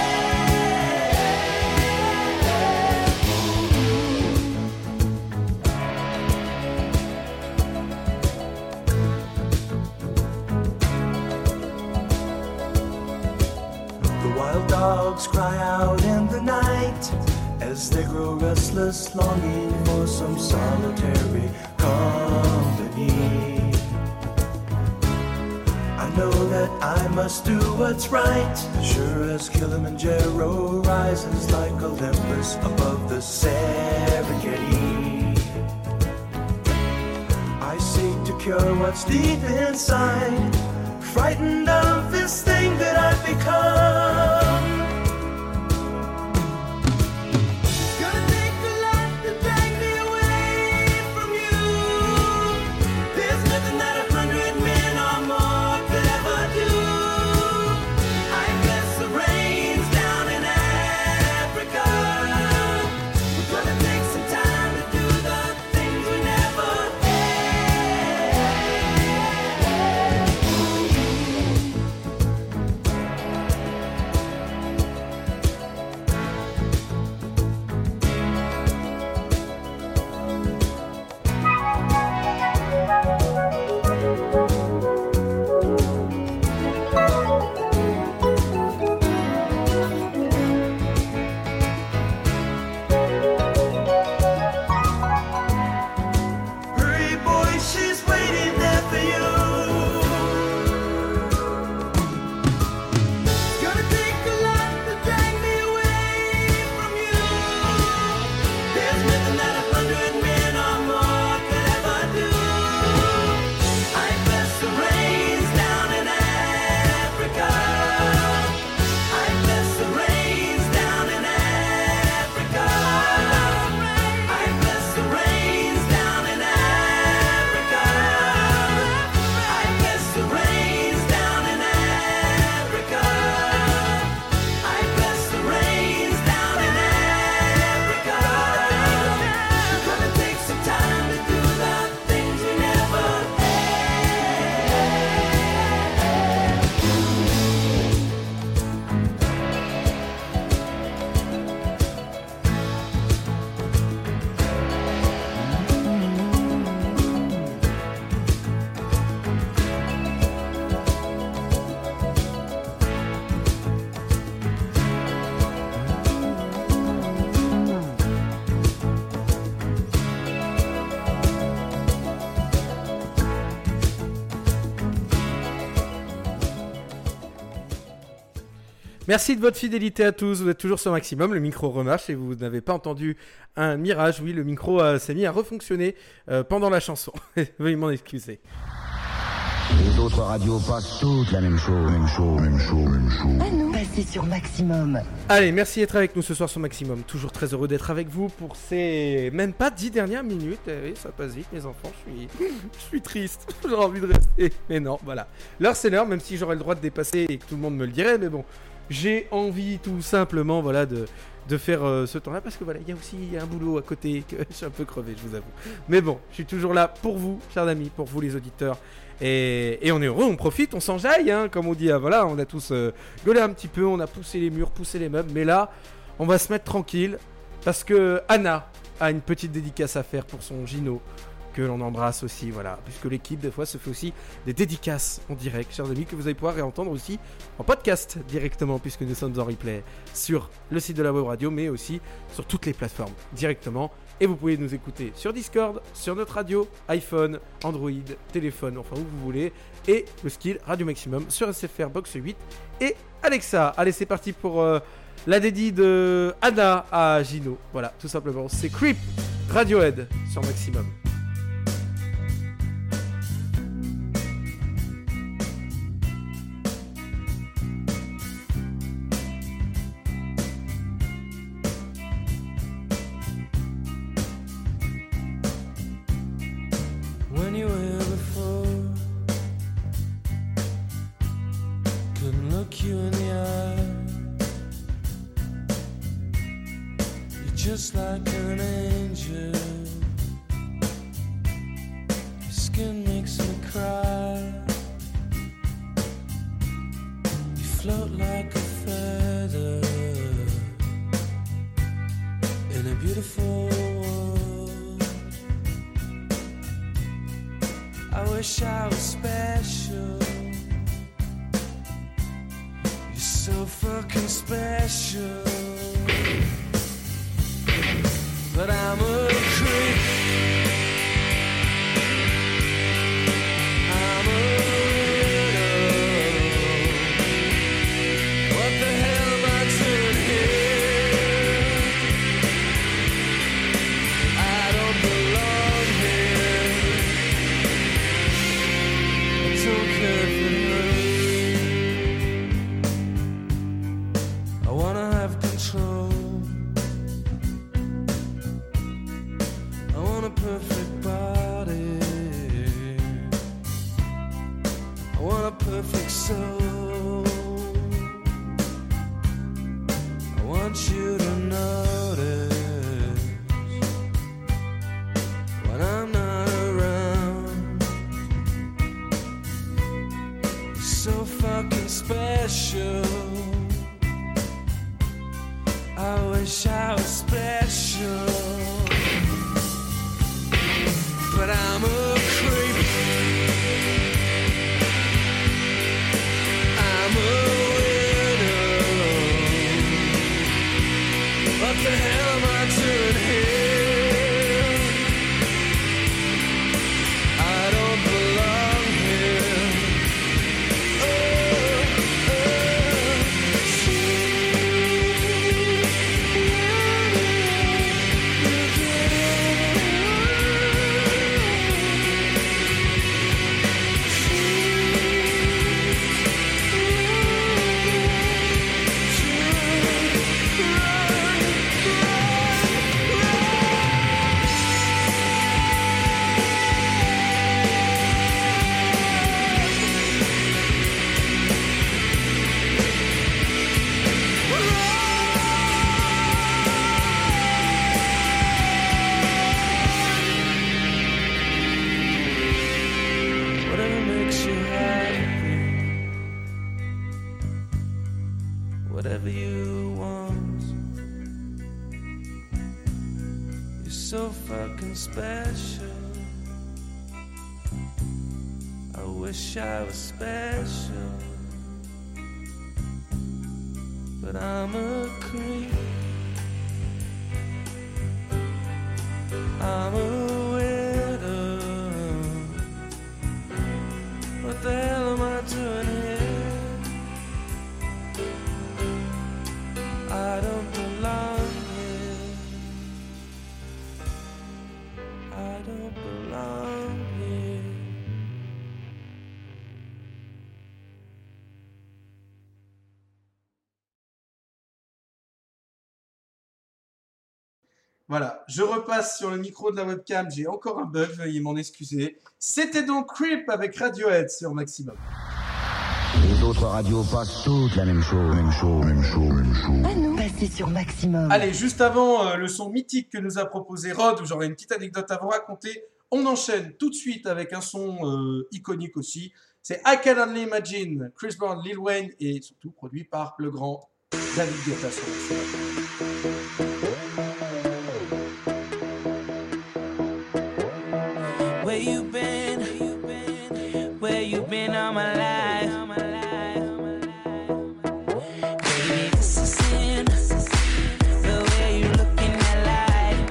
Wild dogs cry out in the night as they grow restless, longing for some solitary company. I know that I must do what's right, sure as Kilimanjaro rises like Olympus above the Serengeti. I seek to cure what's deep inside, frightened of this thing that I've become. It's gonna take a lot to drag me away from you. There's nothing that a hundred men or more could ever do. I bless the rains down in Africa. We're gonna take some time to do the things we never had. Merci de votre fidélité à tous. Vous êtes toujours sur Maximum. Le micro remarche et vous n'avez pas entendu un mirage. Oui, le micro euh, s'est mis à refonctionner euh, pendant la chanson. Veuillez m'en excuser. Les autres radios passent toutes la même chose, même chose, même chose, même chose. À nous, passez sur Maximum. Allez, merci d'être avec nous ce soir sur Maximum. Toujours très heureux d'être avec vous pour ces même pas dix dernières minutes. Eh oui, ça passe vite, mes enfants. Je suis, je suis triste. J'ai envie de rester, mais non, voilà. L'heure c'est l'heure, même si j'aurais le droit de dépasser et que tout le monde me le dirait, mais bon, j'ai envie tout simplement, voilà, de de faire euh, ce temps-là parce que voilà, il y a aussi un boulot à côté que je suis un peu crevé, je vous avoue. Mais bon, je suis toujours là pour vous, chers amis, pour vous les auditeurs. Et, et on est heureux, on profite, on s'enjaille, hein, comme on dit. Hein, voilà, on a tous euh, gueulé un petit peu, on a poussé les murs, poussé les meubles. Mais là, on va se mettre tranquille parce que Anna a une petite dédicace à faire pour son Gino, que l'on embrasse aussi, voilà. Puisque l'équipe, des fois, se fait aussi des dédicaces en direct, chers amis, que vous allez pouvoir réentendre aussi en podcast directement, puisque nous sommes en replay sur le site de la web radio, mais aussi sur toutes les plateformes directement. Et vous pouvez nous écouter sur Discord, sur notre radio, iPhone, Android, téléphone, enfin où vous voulez. Et le skill Radio Maximum sur S F R Box huit et Alexa. Allez, c'est parti pour euh, la dédie de Anna à Gino. Voilà, tout simplement. C'est Creep Radiohead sur Maximum. When you were here before, couldn't look you in the eye. You're just like an angel. Your skin makes me cry. You float like a feather in a beautiful world. I wish I was special. You're so fucking special. But I'm a creep. I'm a weirdo. What the hell am I doing here? I don't belong here. I don't care if it hurts. I wanna have control. I want a perfect body. I want a perfect soul. I want you to notice when I'm not around. You're so fucking special. I wish I was special. But I'm a creep. I'm a widow. What the hell am I doing here? I don't belong here. Oh, whatever makes you happy, whatever you want. You're so fucking special. I wish I was special, but I'm a creep. I'm a widow. What the hell am I doing here? Voilà, je repasse sur le micro de la webcam, j'ai encore un bug, veuillez m'en excuser. C'était donc Creep avec Radiohead sur Maximum. Les autres radios passent toutes la même chose, même chose, même chose, même chose. À nous, passez sur Maximum. Allez, juste avant euh, le son mythique que nous a proposé Rod, où j'aurai une petite anecdote à vous raconter, on enchaîne tout de suite avec un son euh, iconique aussi. C'est I Can Only Imagine, Chris Brown, Lil Wayne et surtout produit par le grand David Guetta sur Maximum. Where you been? Where you been all my life? Baby, this is sin. The way you look in that light.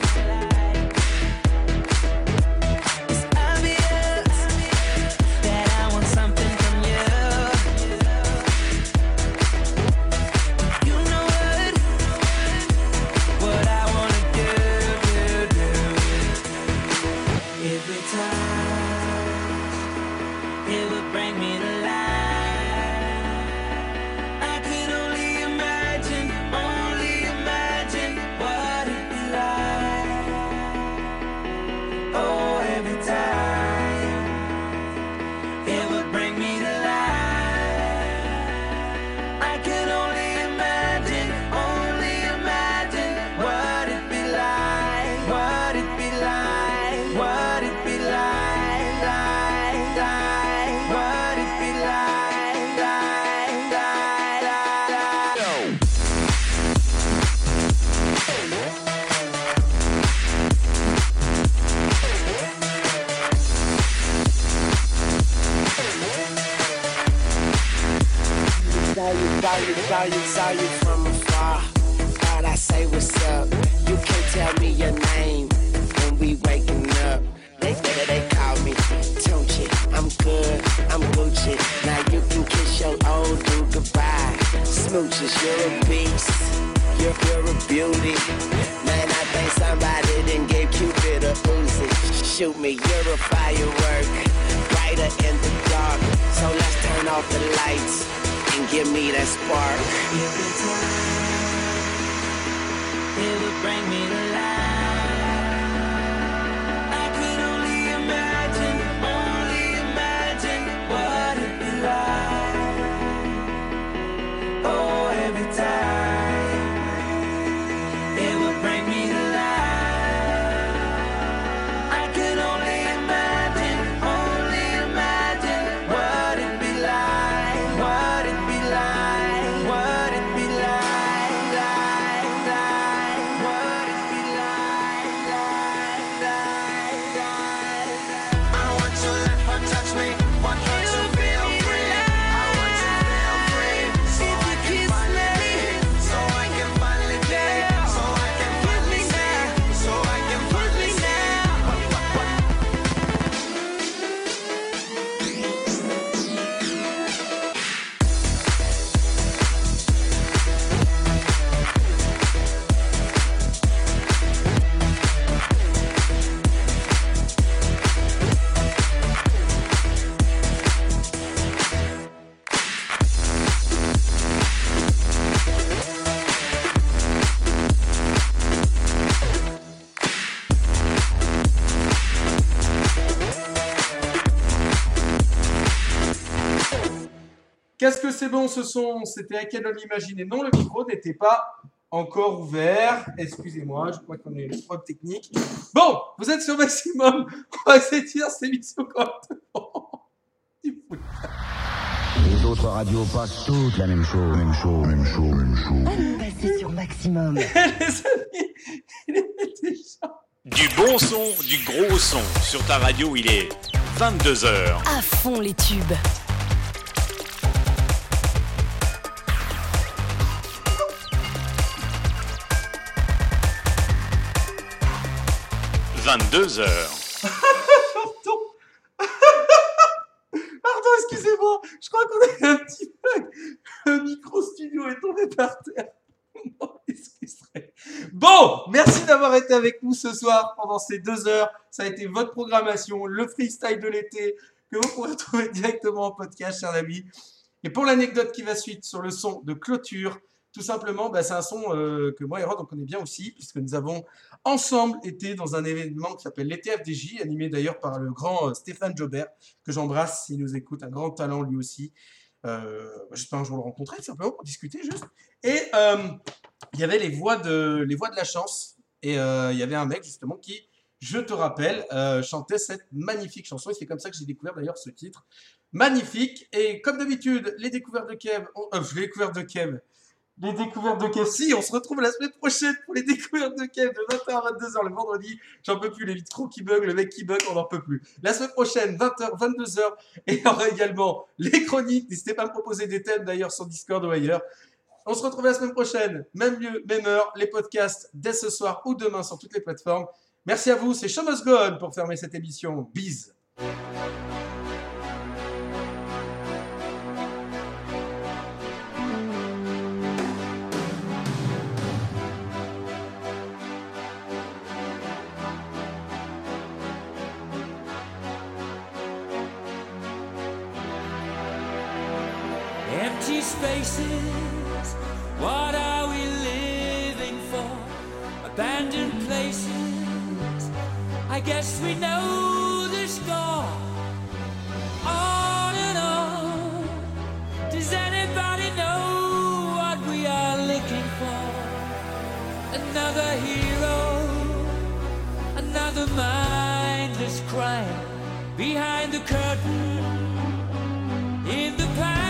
It's obvious that I want something from you. You know what? What I wanna do, do, do. Every time it would bring me to life. I could only imagine, only imagine what it'd be like. Oh, every time it would bring me to life. I could only imagine, only imagine what it'd be like, what it'd be like, what it'd be like, like, like, what it'd be like, like, like, like, like. Saw you, saw you, saw you, saw you from afar. Thought I say what's up. You can't tell me your name when we waking up. They they, they call me Tunchi. I'm good, I'm Gucci. Now you can kiss your old dude goodbye. Smooches, you're a beast. You're, you're a beauty. Man, I think somebody didn't give Cupid a Uzi. Shoot me, you're a firework. Brighter in the dark. So let's turn off the lights and give me that spark. Every time it would bring me to life. I could only imagine, only imagine what it'd be like. Oh, every time it would bring me to life. I could only imagine, only imagine what it'd be like, what it'd be like, what it'd be like, like, like, what it'd be like, like, like, like. I want your lips to touch me, want her to feel free. I want to feel free, so I can finally be, so I can finally be, so I can finally see, so I can finally see. Qu'est-ce que c'est bon ce son? C'était I Can Only Imagine. Et non, le micro n'était pas encore ouvert. Excusez-moi, je crois qu'on est les problèmes techniques. Bon, vous êtes sur Maximum. On va essayer de faire cette émission correctement. Les autres radios passent toutes la même chose, même chose, même chose, même chose. À nous, passez sur Maximum. Les amis, il est déjà... Du bon son, du gros son. Sur ta radio, il est vingt-deux heures. À fond les tubes. vingt-deux heures. Pardon. Pardon, excusez-moi. Je crois qu'on a eu un petit bug. Le micro studio est tombé par terre. Bon, merci d'avoir été avec nous ce soir pendant ces deux heures. Ça a été votre programmation, le freestyle de l'été que vous pourrez trouver directement en podcast, chers amis. Et pour l'anecdote qui va suite sur le son de clôture, Tout simplement, bah, c'est un son euh, que moi et Rod on connaît bien aussi, puisque nous avons ensemble été dans un événement qui s'appelle l'E T F D J, animé d'ailleurs par le grand euh, Stéphane Jobert, que j'embrasse s'il nous écoute, un grand talent lui aussi. Euh, J'espère un jour le rencontrer, simplement pour discuter juste. Et euh, il y avait les voix de, les voix de la chance, et euh, il y avait un mec justement qui, je te rappelle, euh, chantait cette magnifique chanson, et c'est comme ça que j'ai découvert d'ailleurs ce titre. Magnifique, et comme d'habitude, les découvertes de Kev, on, euh, les découvertes de Kev, les découvertes de Kev, si, on se retrouve la semaine prochaine pour les découvertes de Kev de vingt heures à vingt-deux heures le vendredi. J'en peux plus, les micros qui bug, le mec qui bug, on n'en peut plus. La semaine prochaine, vingt heures, vingt-deux heures, et il y aura également les chroniques. N'hésitez pas à me proposer des thèmes d'ailleurs sur Discord ou ailleurs. On se retrouve la semaine prochaine, même lieu, même heure, les podcasts dès ce soir ou demain sur toutes les plateformes. Merci à vous, c'est Show Must Go On pour fermer cette émission. Bise. Empty spaces, what are we living for? Abandoned places, I guess we know the score. On and on, does anybody know what we are looking for? Another hero, another mindless crime behind the curtain, in the past.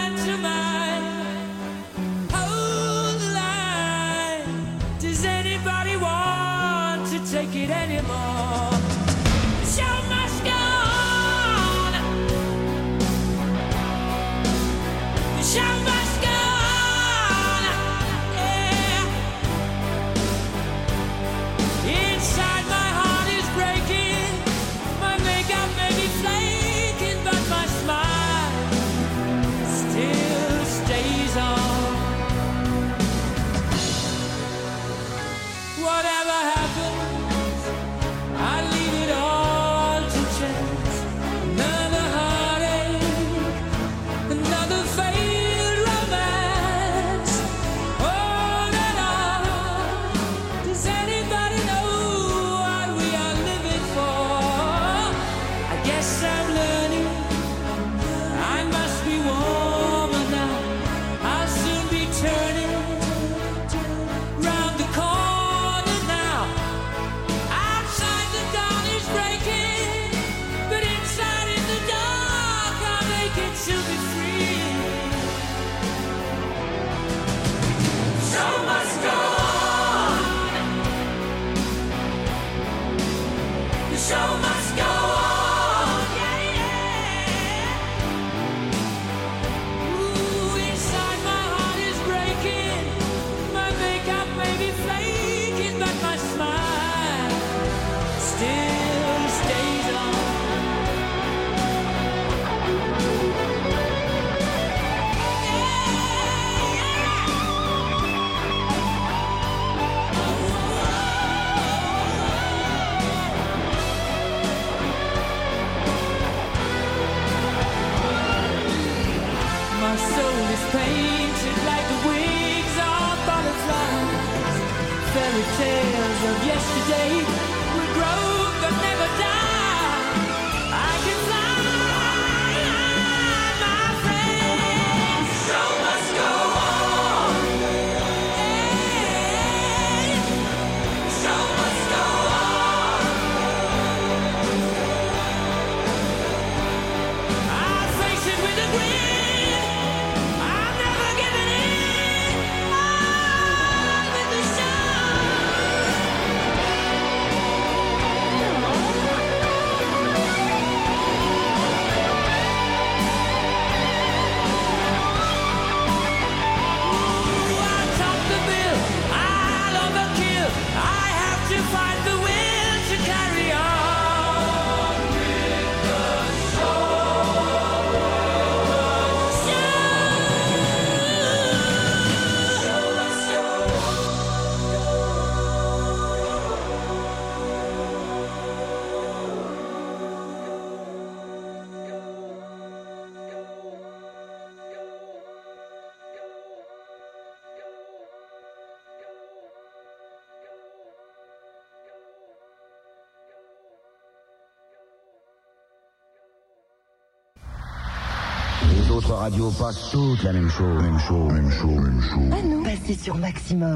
Hold the line. Does anybody want to take it anymore? The show must go on. The show must go on. Yeah. Inside my heart is breaking. My makeup may be flaking, but my smile still stays on. Whatever happens, I leave it all to chance. Another heartache, another failed romance. On and on. Does anybody know what we are living for? I guess I'm learning. I must be warmer now. I'll soon be turning round the corner now. Outside the dawn is breaking, but inside in the dark I'll make it to be free. Show must go on. The show must go on. Yeah, yeah. Ooh, inside my heart is breaking. My makeup may be flaking, but my smile still stays on. My soul is painted like the wings of butterflies. Fairy tales of yesterday will grow but never die. I can fly, my friend. Show must go on. Hey, show must go on. I'll face it with a grin. I'm never giving in. On with the show. Les autres radios passent toutes la même chose, même chose, même chose, même chose. Ah non, passez sur Maximum.